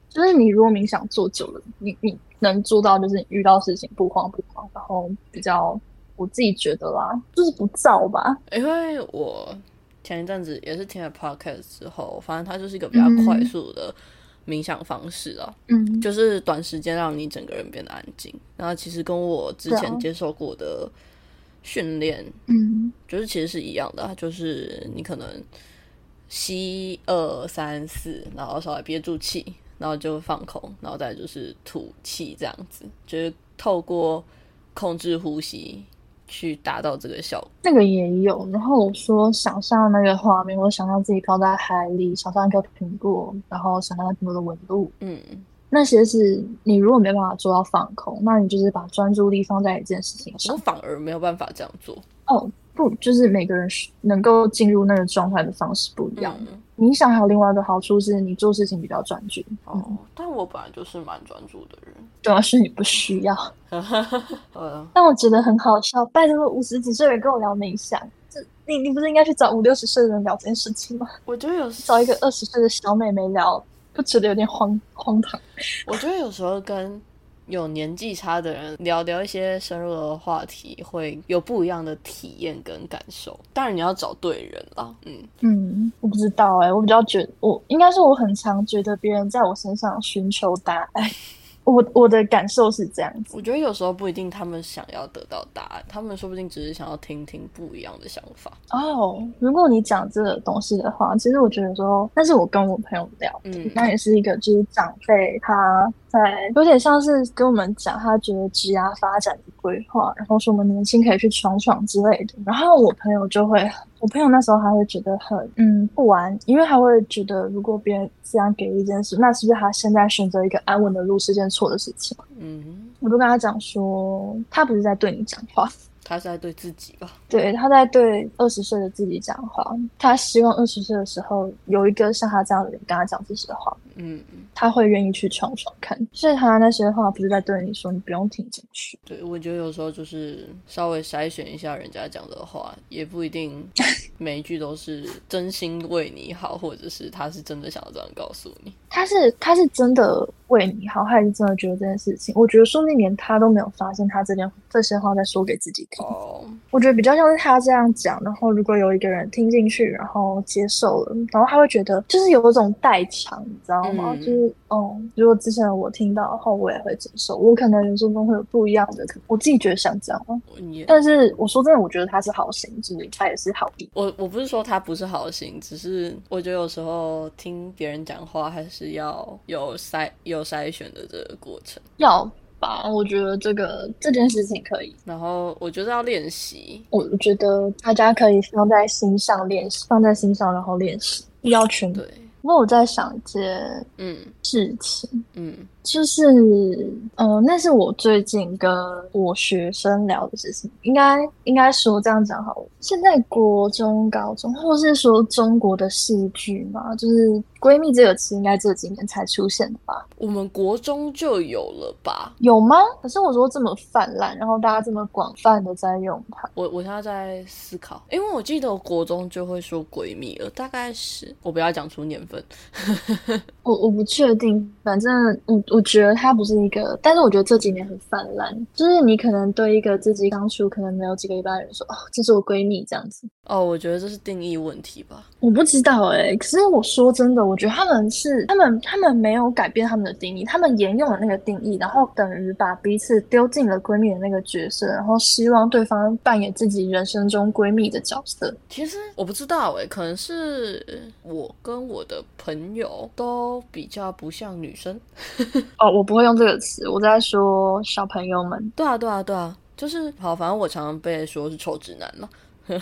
S2: 就是你如果冥想做久了，你你能做到就是你遇到事情不慌不慌，然后比较我自己觉得啦，就是不躁吧。
S1: 因为我前一阵子也是听了 podcast 之后，反正它就是一个比较快速的冥想方式啊，嗯，就是短时间让你整个人变得安静。然后其实跟我之前接受过的训练，嗯，就是其实是一样的、啊，就是你可能吸二三四，然后稍微憋住气，然后就放空，然后再就是吐气，这样子，就是透过控制呼吸去达到这个效果。
S2: 那个也有，然后我说想象那个画面，我想象自己飘在海里，想象一颗苹果，然后想象苹果的纹路，嗯，那些是你如果没办法做到放空，那你就是把专注力放在一件事情上。
S1: 我反而没有办法这样做。
S2: 哦，不，就是每个人能够进入那个状态的方式不一样。嗯，冥想还有另外一个好处是你做事情比较专注。
S1: 哦，嗯，但我本来就是蛮专注的人。
S2: 主要是你不需要。但我觉得很好笑，拜托五十几岁人跟我聊冥想，这你你不是应该去找五六十岁的人聊这件事情吗？
S1: 我觉得有
S2: 找一个二十岁的小妹妹聊，不觉得有点荒荒唐？
S1: 我觉得有时候跟有年纪差的人聊聊一些深入的话题，会有不一样的体验跟感受。当然你要找对人啦。嗯
S2: 嗯，我不知道哎、欸，我比较觉得我应该是我很常觉得别人在我身上寻求答案。我我的感受是这样子，
S1: 我觉得有时候不一定他们想要得到答案，他们说不定只是想要听听不一样的想法。
S2: 哦，如果你讲这个东西的话，其实我觉得说，那是我跟我朋友聊的，嗯，那也是一个就是长辈他在有点像是跟我们讲他觉得职涯发展的规划，然后说我们年轻可以去闯闯之类的，然后我朋友就会，我朋友那时候还会觉得很嗯不安，因为他会觉得如果别人这样给一件事，那是不是他现在选择一个安稳的路是件错的事情？嗯，我就跟他讲说，他不是在对你讲话。
S1: 他是在对自己吧？
S2: 对，他在对二十岁的自己讲话。他希望二十岁的时候有一个像他这样的人跟他讲这些话。嗯，他会愿意去闯闯看。所以他那些话不是在对你说，你不用听进去。
S1: 对，我觉得有时候就是稍微筛选一下人家讲的话，也不一定每一句都是真心为你好，或者是他是真的想要这样告诉你。
S2: 他是他是真的为你好，他也是真的觉得这件事情，我觉得说不定连他都没有发现他这件这些话在说给自己听。哦，我觉得比较像是他这样讲，然后如果有一个人听进去，然后接受了，然后他会觉得就是有一种代偿，你知道吗？嗯，就是哦、嗯，如果之前我听到的话，我也会接受，我可能人生中会有不一样的，我自己觉得像这样。但是我说真的，我觉得他是好心，就是他也是好意。
S1: 我我不是说他不是好心，只是我觉得有时候听别人讲话还是要有筛有筛选的这个过程。
S2: 要吧，我觉得这个这件事情可以，
S1: 然后我觉得要练习。
S2: 我觉得大家可以放在心上练习，放在心上然后练习，不要全对。因为我在想一件嗯事情，嗯，就是嗯、呃，那是我最近跟我学生聊的事情，应该应该说这样讲好了。现在国中、高中，或是说中国的戏剧嘛，就是闺蜜这个词，应该这几年才出现的吧？
S1: 我们国中就有了吧？
S2: 有吗？可是我说这么泛滥，然后大家这么广泛的在用它，
S1: 我我现在在思考，因为我记得我国中就会说闺蜜了，大概是我不要讲出年份。
S2: 我我不确定，反正我我觉得它不是一个，但是我觉得这几年很泛滥，就是你可能对一个自己刚出可能没有几个礼拜的人说，哦，这是我闺蜜这样子。
S1: 哦，我觉得这是定义问题吧。
S2: 我不知道哎、欸，可是我说真的，我觉得他们是他们他们没有改变他们的定义，他们沿用了那个定义，然后等于把彼此丢进了闺蜜的那个角色，然后希望对方扮演自己人生中闺蜜的角色。
S1: 其实我不知道哎、欸，可能是我跟我的朋友都比较不像女生。
S2: 哦，我不会用这个词，我在说小朋友们。
S1: 对啊，对啊，对啊，就是好，反正我常常被说是臭直男嘛。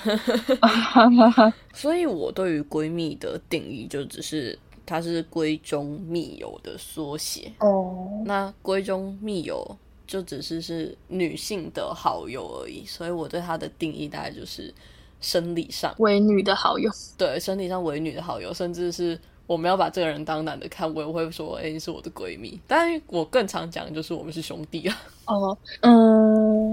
S1: 所以我对于闺蜜的定义就只是它是闺中密友的缩写哦。那闺中密友就只是是女性的好友而已，所以我对它的定义大概就是生理上
S2: 为女的好友，
S1: 对，生理上为女的好友，甚至是我们要把这个人当男的看，我也会说哎、欸，你是我的闺蜜。但是我更常讲就是我们是兄弟啊。
S2: 哦，嗯，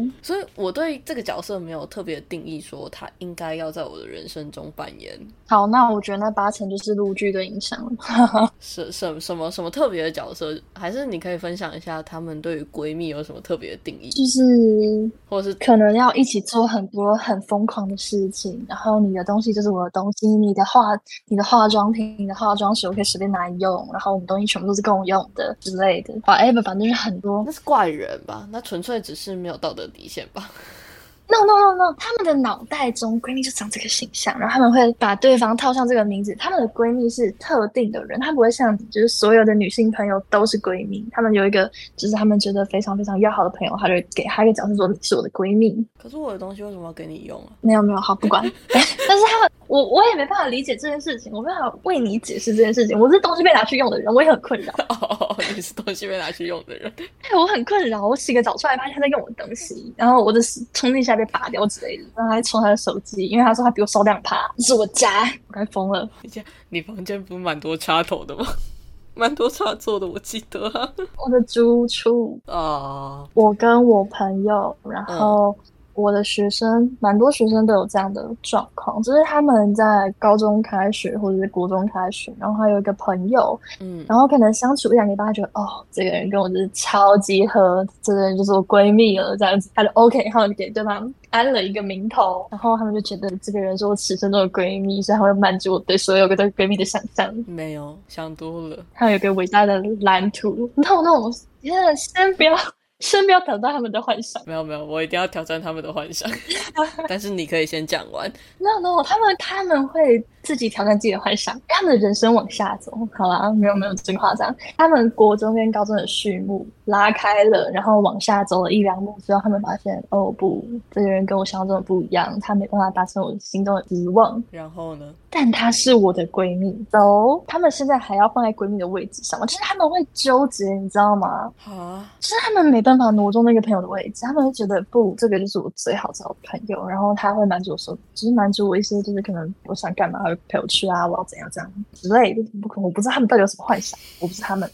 S2: 嗯，
S1: 所以我对这个角色没有特别定义说他应该要在我的人生中扮演。
S2: 好，那我觉得那八成就是陆剧的影响了。
S1: 是什什么什么特别的角色？还是你可以分享一下他们对于闺蜜有什么特别的定义？
S2: 就是
S1: 或是
S2: 可能要一起做很多很疯狂的事情，然后你的东西就是我的东西，你的化你的化妆品、你的化妆水我可以随便拿来用，然后我们东西全部都是共用的之类的。whatever，反正就是很多。
S1: 那是怪人吧？那纯粹只是没有道德底线吧
S2: ？No no no no，他们的脑袋中闺蜜就长这个形象，然后他们会把对方套上这个名字。他们的闺蜜是特定的人，她不会像你，就是所有的女性朋友都是闺蜜。他们有一个，就是他们觉得非常非常要好的朋友，她就会给她一个角色说你是我的闺蜜。
S1: 可是我的东西为什么要给你用啊？
S2: 没有没有，好不管。但是他们，我我也没办法理解这件事情，我没办法为你解释这件事情。我是东西被拿去用的人，我也很困扰。
S1: 哦，你是东西被拿去用的人。
S2: 对，我很困扰。我洗个澡出来，发现他在用我的东西，然后我的充电线被拔掉之类的，然后还充他的手机，因为他说他比我烧两趴，这是我家，我该疯了。
S1: 你家你房间不是蛮多插头的吗？蛮多插座的，我记得啊。
S2: 我的住处
S1: 啊，
S2: 我跟我朋友，然后我的学生，蛮多学生都有这样的状况，就是他们在高中开学或者是国中开学，然后还有一个朋友，嗯，然后可能相处一两个礼拜，他觉得哦，这个人跟我就是超级合，这个人就是我闺蜜了，这样子，他就 OK，然后给对方安了一个名头，然后他们就觉得这个人是我此生中的闺蜜，所以他会满足我对所有个对闺蜜的想象。
S1: 没有，想多了。
S2: 他有个伟大的蓝图，那我那我先不要。先不要挑战他们的幻想。
S1: 没有没有，我一定要挑战他们的幻想。但是你可以先讲完。
S2: No no，他们他们会自己挑战自己的幻想，他们的人生往下走。好啦，没有没有真夸张。他们国中跟高中的序幕拉开了，然后往下走了一两幕之后，他们发现哦不，这个人跟我想象中的不一样，他没办法达成我心中的期望。
S1: 然后呢？
S2: 但她是我的闺蜜，走，他们现在还要放在闺蜜的位置上吗？就是他们会纠结，你知道吗？
S1: 啊，
S2: 就是他们没办法挪动那个朋友的位置，他们会觉得不，这个就是我最好最好的朋友，然后他会满足我说，只是满足我一些，就是可能我想干嘛，他会陪我去啊，我要怎样怎样之类的，不可能，我不知道他们到底有什么幻想，我不是他们。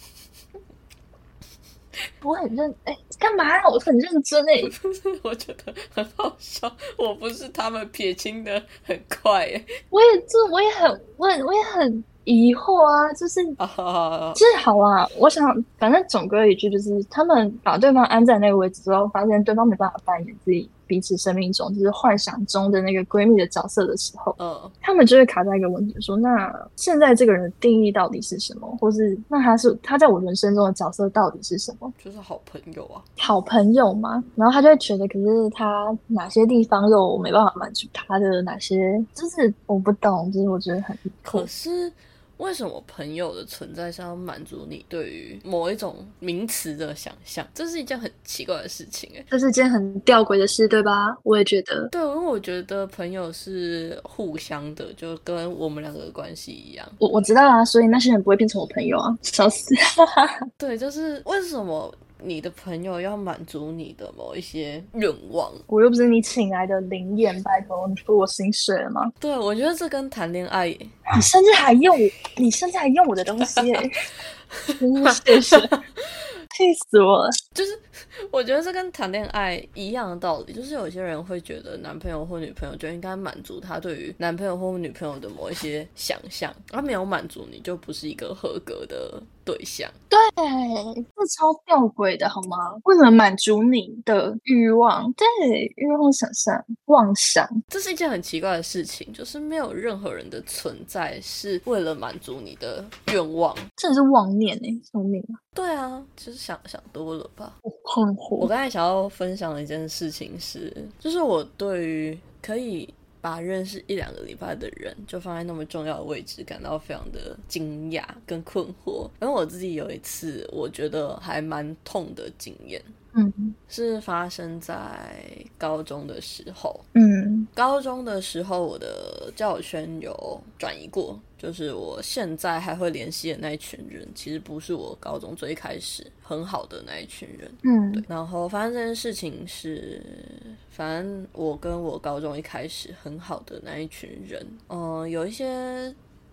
S2: 我很认哎，干嘛、啊？我很认真哎、欸。
S1: 我觉得很好笑。我不是他们撇清的很快哎。
S2: 我也这我也很我我也很疑惑啊，就是
S1: 啊，
S2: 就是好啊。我想反正总归一句，就是他们把对方安在那个位置之后，发现对方没办法扮演自己彼此生命中就是幻想中的那个闺蜜的角色的时候，嗯，他们就会卡在一个问题，说那现在这个人的定义到底是什么，或是那他是他在我人生中的角色到底是什么？
S1: 就是好朋友啊，
S2: 好朋友嘛。然后他就会觉得，可是他哪些地方又没办法满足他的哪些，就是我不懂，就是我觉得很
S1: 可是。为什么朋友的存在是要满足你对于某一种名词的想象？这是一件很奇怪的事情哎，
S2: 这是件很吊诡的事，对吧？我也觉得。
S1: 对，因为我觉得朋友是互相的，就跟我们两个的关系一样。
S2: 我我知道啊，所以那些人不会变成我朋友啊，笑死。
S1: 对，就是为什么你的朋友要满足你的某一些愿望？
S2: 我又不是你请来的灵验，拜托，你付我薪水了吗？
S1: 对，我觉得这跟谈恋爱，
S2: 你甚至还用，你甚至还用我的东西耶，真是谢谢，气死我了。
S1: 就是我觉得这跟谈恋爱一样的道理，就是有些人会觉得男朋友或女朋友就应该满足他对于男朋友或女朋友的某一些想象，他没有满足你就不是一个合格的对象。
S2: 对，这超吊诡的好吗？为了满足你的欲望，对，欲望想象妄想，
S1: 这是一件很奇怪的事情，就是没有任何人的存在是为了满足你的愿望，
S2: 真的是妄念哎、欸，救命啊！
S1: 对啊，就是想想多了吧。
S2: 我困惑。
S1: 我刚才想要分享的一件事情是，就是我对于可以把认识一两个礼拜的人就放在那么重要的位置感到非常的惊讶跟困惑。然后我自己有一次我觉得还蛮痛的经验，嗯，是发生在高中的时候。嗯，高中的时候我的交友圈有转移过，就是我现在还会联系的那一群人，其实不是我高中最开始很好的那一群人。嗯，对。然后发生这件事情是，反正我跟我高中一开始很好的那一群人，嗯、呃，有一些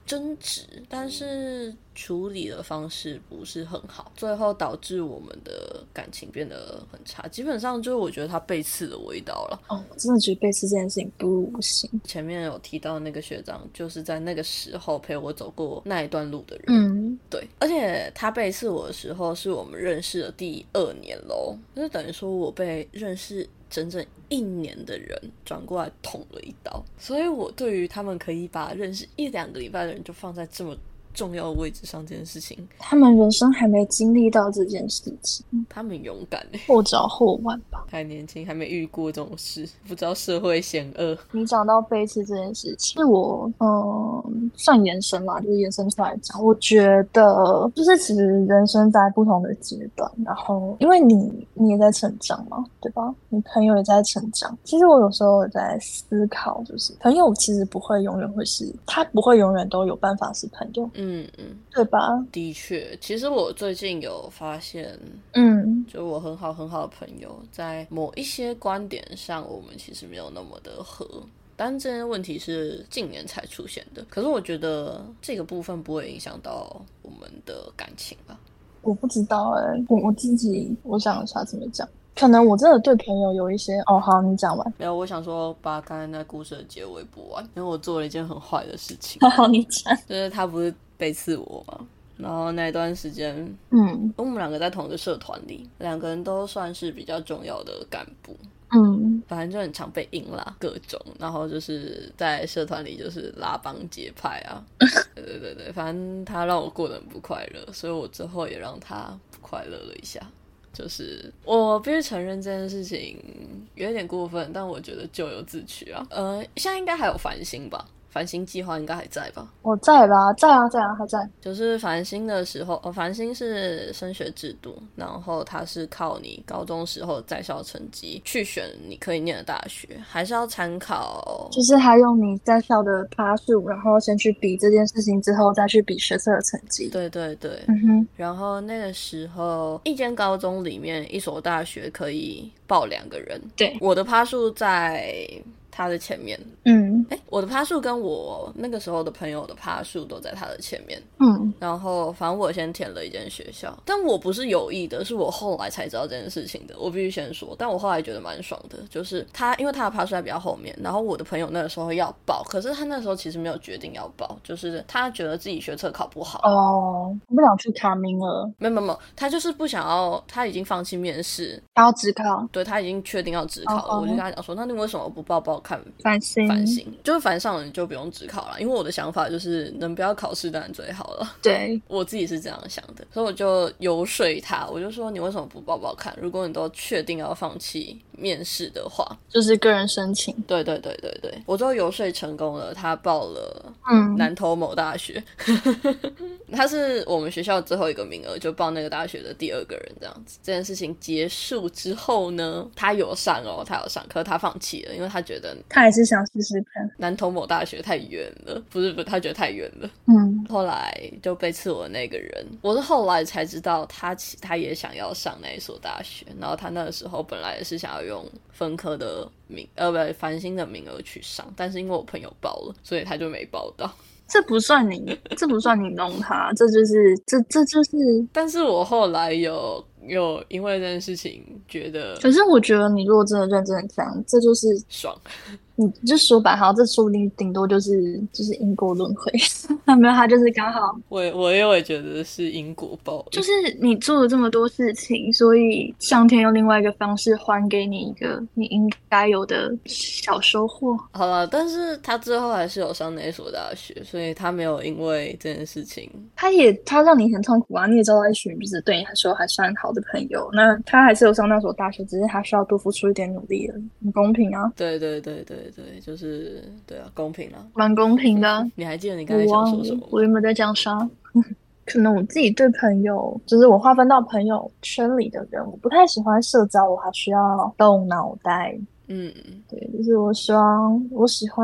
S1: 争执，但是处理的方式不是很好，最后导致我们的感情变得很差。基本上就是我觉得他背刺了我一刀了。
S2: 哦，我真的觉得背刺这件事情不入我心。
S1: 前面有提到那个学长，就是在那个时候陪我走过那一段路的人。
S2: 嗯，
S1: 对，而且他背刺我的时候是我们认识的第二年咯，就是等于说我被认识整整一年的人转过来捅了一刀，所以我对于他们可以把认识一两个礼拜的人就放在这么重要的位置上这件事情，
S2: 他们人生还没经历到这件事情，
S1: 他们勇敢耶，
S2: 或早或晚吧，
S1: 太年轻还没遇过这种事，不知道社会险恶。
S2: 你讲到背刺这件事情，是我嗯算延伸啦，就是延伸出来讲，我觉得就是其实人生在不同的阶段，然后因为你你也在成长嘛，对吧？你朋友也在成长，其实我有时候也在思考，就是朋友其实不会永远会是，他不会永远都有办法是朋友，
S1: 嗯嗯，
S2: 对吧？
S1: 的确，其实我最近有发现，
S2: 嗯，
S1: 就我很好很好的朋友，在某一些观点上，我们其实没有那么的合。但这些问题是近年才出现的，可是我觉得这个部分不会影响到我们的感情吧。
S2: 我不知道哎、欸，我我自己我想一下怎么讲。可能我真的对朋友有一些哦，好，你讲完。
S1: 没有，我想说把刚才那故事的结尾补完，因为我做了一件很坏的事情。
S2: 好，你讲。
S1: 就是他不是背刺我吗？然后那段时间，
S2: 嗯，
S1: 我们两个在同一个社团里，两个人都算是比较重要的干部。
S2: 嗯，
S1: 反正就很常被硬拉各种，然后就是在社团里就是拉帮结派啊，对对对对，反正他让我过得很不快乐，所以我之后也让他不快乐了一下。就是我必须承认这件事情有点过分，但我觉得咎由自取啊。呃，现在应该还有繁星吧？繁星计划应该还在吧？
S2: 我在吧，在啊，在啊，还在。
S1: 就是繁星的时候，哦，繁星是升学制度，然后它是靠你高中时候在校成绩去选你可以念的大学，还是要参考？
S2: 就是他用你在校的趴数，然后先去比这件事情，之后再去比学测的成绩。
S1: 对对对，
S2: 嗯哼。
S1: 然后那个时候，一间高中里面一所大学可以报两个人。
S2: 对，
S1: 我的趴数在他的前面。
S2: 嗯，
S1: 哎，我的趴数跟我那个时候的朋友的趴数都在他的前面。
S2: 嗯，
S1: 然后反正我先填了一间学校，但我不是有意的，是我后来才知道这件事情的，我必须先说。但我后来觉得蛮爽的，就是他因为他的趴数在比较后面，然后我的朋友那个时候要报，可是他那时候其实没有决定要报，就是他觉得自己学测考不好。
S2: 哦，不想去卡名额。
S1: 没有没有没有，他就是不想要，他已经放弃面试，
S2: 他要指考。
S1: 对，他已经确定要指考了。
S2: 哦，
S1: 我就跟他讲说，那你为什么不报报看
S2: 繁星？
S1: 繁星就是繁上了你就不用指考了，因为我的想法就是能不要考试当然最好了。
S2: 对，
S1: 我自己是这样想的，所以我就游说他，我就说你为什么不报报看？如果你都确定要放弃面试的话，
S2: 就是个人申请。
S1: 对对对对对，我最后游说成功了，他报了
S2: 嗯
S1: 南投某大学，他是我们学校最后一个名额，就报那个大学的第二个人这样子。这件事情结束之后呢，他有上哦，他有上，可是他放弃了，因为他觉得
S2: 他还是想试试看。
S1: 南投某大学太远了，不是不是，他觉得太远了。
S2: 嗯，
S1: 后来就被刺我的那个人，我是后来才知道他其他也想要上那一所大学，然后他那个时候本来也是想要用分科的名呃不繁星的名额去上，但是因为我朋友报了，所以他就没报到。
S2: 这不算你，这不算你弄他，这就是这这就是。
S1: 但是我后来有有因为这件事情觉得，
S2: 可是我觉得你如果真的认真的讲，这就是
S1: 爽。
S2: 你就说白好，这说不定顶多就是就是因果轮回，没有，他就是刚好。
S1: 我我也会觉得是因果报应，
S2: 就是你做了这么多事情，所以上天用另外一个方式还给你一个你应该有的小收获。
S1: 好了，但是他最后还是有上那所大学，所以他没有因为这件事情，
S2: 他也他让你很痛苦啊，你也知道他一群就是对你来说还算好的朋友，那他还是有上那所大学，只是他需要多付出一点努力了，很公平啊。
S1: 对对对对对，就是对啊，公平啊，
S2: 蛮公平的。
S1: 你还记得你刚才想说什么吗？
S2: 我有没有在讲啥？可能我自己对朋友，就是我划分到朋友圈里的人，我不太喜欢社交，我还需要动脑袋。
S1: 嗯，
S2: 对，就是我希望我喜欢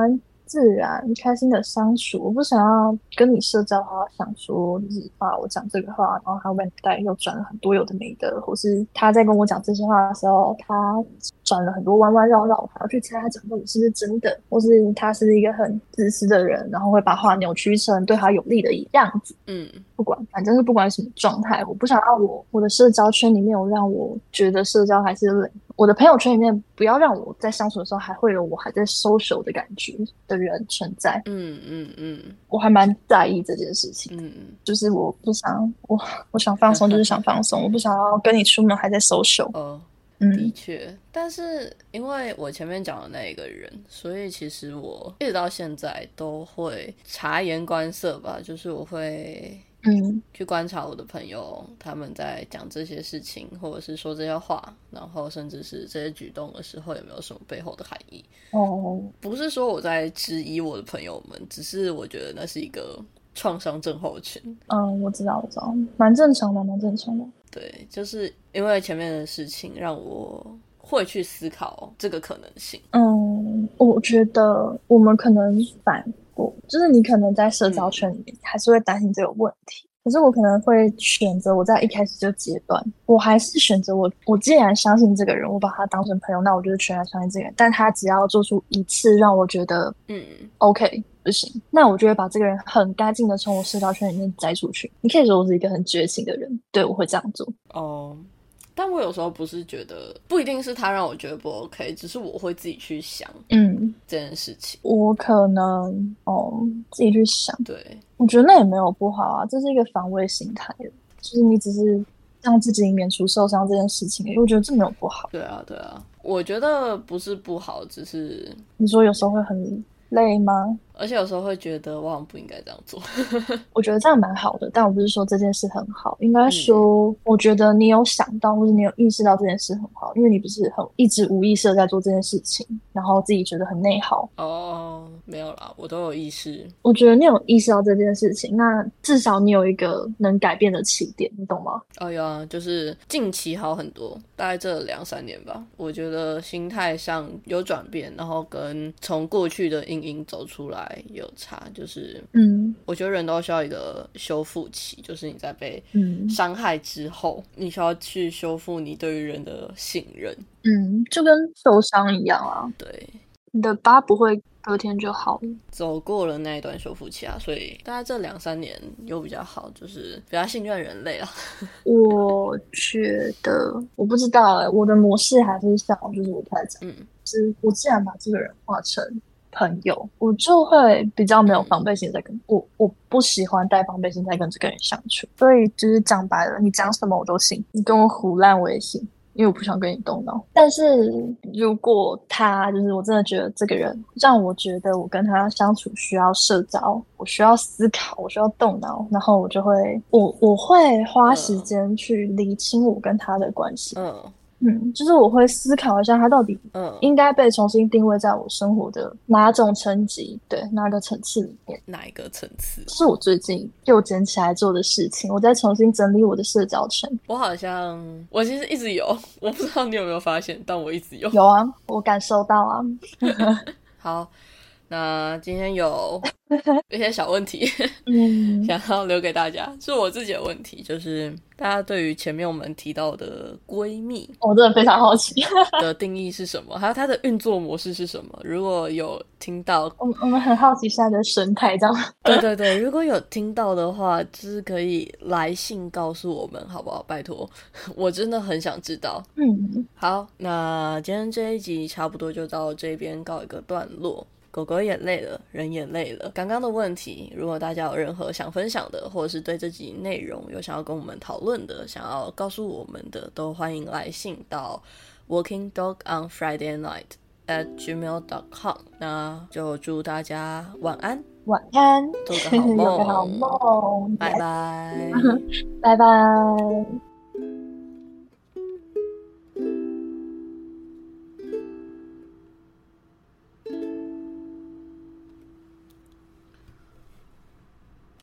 S2: 自然开心的相处。我不想要跟你社交的话想说就是啊我讲这个话，然后他外带又转了很多有的没的，或是他在跟我讲这些话的时候他转了很多弯弯绕绕，还要去猜他讲到底是不是真的，或是他是一个很自私的人，然后会把话扭曲成对他有利的样子。嗯，不管反正是不管什么状态，我不想让我我的社交圈里面有让我觉得社交还是累，我的朋友圈里面不要让我在相处的时候还会有我还在 social 的感觉的人存在。嗯嗯嗯，我还蛮在意这件事情。嗯，就是我不想我我想放松就是想放松，我不想要跟你出门还在 social。
S1: 哦，的确，但是因为我前面讲的那一个人，所以其实我一直到现在都会察言观色吧，就是我会嗯去观察我的朋友他们在讲这些事情或者是说这些话，然后甚至是这些举动的时候有没有什么背后的含义。哦，不是说我在质疑我的朋友们，只是我觉得那是一个创伤症候群。
S2: 嗯，我知道我知道，蛮正常的蛮正常的。
S1: 对，就是因为前面的事情让我会去思考这个可能性。
S2: 嗯，我觉得我们可能反过，就是你可能在社交圈里面还是会担心这个问题，可是我可能会选择我在一开始就截断，我还是选择我我既然相信这个人，我把他当成朋友，那我就是全然相信这个人，但他只要做出一次让我觉得嗯 OK 不行，那我就会把这个人很干净的从我社交圈里面摘出去。你可以说我是一个很绝情的人，对，我会这样做。
S1: 哦，但我有时候不是觉得不一定是他让我觉得不 OK， 只是我会自己去想嗯这件事情。
S2: 我可能哦自己去想，
S1: 对，
S2: 我觉得那也没有不好啊，这是一个防卫心态，就是你只是让自己免除受伤这件事情，我觉得这没有不好。
S1: 对啊对啊，我觉得不是不好，只是
S2: 你说有时候会很累吗？
S1: 而且有时候会觉得我好像不应该这样做。
S2: 我觉得这样蛮好的，但我不是说这件事很好，应该说我觉得你有想到或者你有意识到这件事很好，因为你不是很一直无意识的在做这件事情，然后自己觉得很内耗。
S1: 哦，没有啦，我都有意识。
S2: 我觉得你有意识到这件事情，那至少你有一个能改变的起点，你懂吗？
S1: 哦有啊，就是近期好很多，大概这两三年吧，我觉得心态上有转变，然后跟从过去的阴影走出来有差，就是嗯，我觉得人都需要一个修复期，就是你在被伤害之后、嗯、你需要去修复你对于人的信任。
S2: 嗯，就跟受伤一样啊。
S1: 对，
S2: 你的疤不会隔天就好了，
S1: 走过了那一段修复期啊，所以大概这两三年有比较好，就是比较信任人类啊。
S2: 我觉得我不知道哎、欸，我的模式还是像就是我刚才讲，嗯，是我既然把这个人化成朋友，我就会比较没有防备心在跟、嗯、我我不喜欢带防备心在跟这个人相处，所以就是讲白了，你讲什么我都信，你跟我唬烂我也信，因为我不想跟你动脑。但是如果他就是我真的觉得这个人让我觉得我跟他相处需要社交，我需要思考，我需要动脑，然后我就会我我会花时间去理清我跟他的关系。嗯嗯，就是我会思考一下他到底应该被重新定位在我生活的哪种层级，对，哪个层次里面，
S1: 哪一个层次，
S2: 这是我最近又捡起来做的事情，我在重新整理我的社交圈。
S1: 我好像我其实一直有，我不知道你有没有发现，但我一直有。
S2: 有啊，我感受到啊。
S1: 好，那今天有一些小问题想要留给大家，是我自己的问题，就是大家对于前面我们提到的闺蜜，
S2: 我真的非常好奇
S1: 的定义是什么，还有它的运作模式是什么。如果有听到，
S2: 我们我们很好奇现在的生态这样。
S1: 对对对，如果有听到的话，就是可以来信告诉我们好不好，拜托，我真的很想知道。嗯，好，那今天这一集差不多就到这边告一个段落。狗狗也累了，人也累了。刚刚的问题，如果大家有任何想分享的，或者是对这集内容有想要跟我们讨论的，想要告诉我们的，都欢迎来信到 working dog on friday night at gmail dot com。 那就祝大家晚安，
S2: 晚安，
S1: 做个好梦，
S2: 有个好梦，
S1: 拜拜，
S2: 拜拜。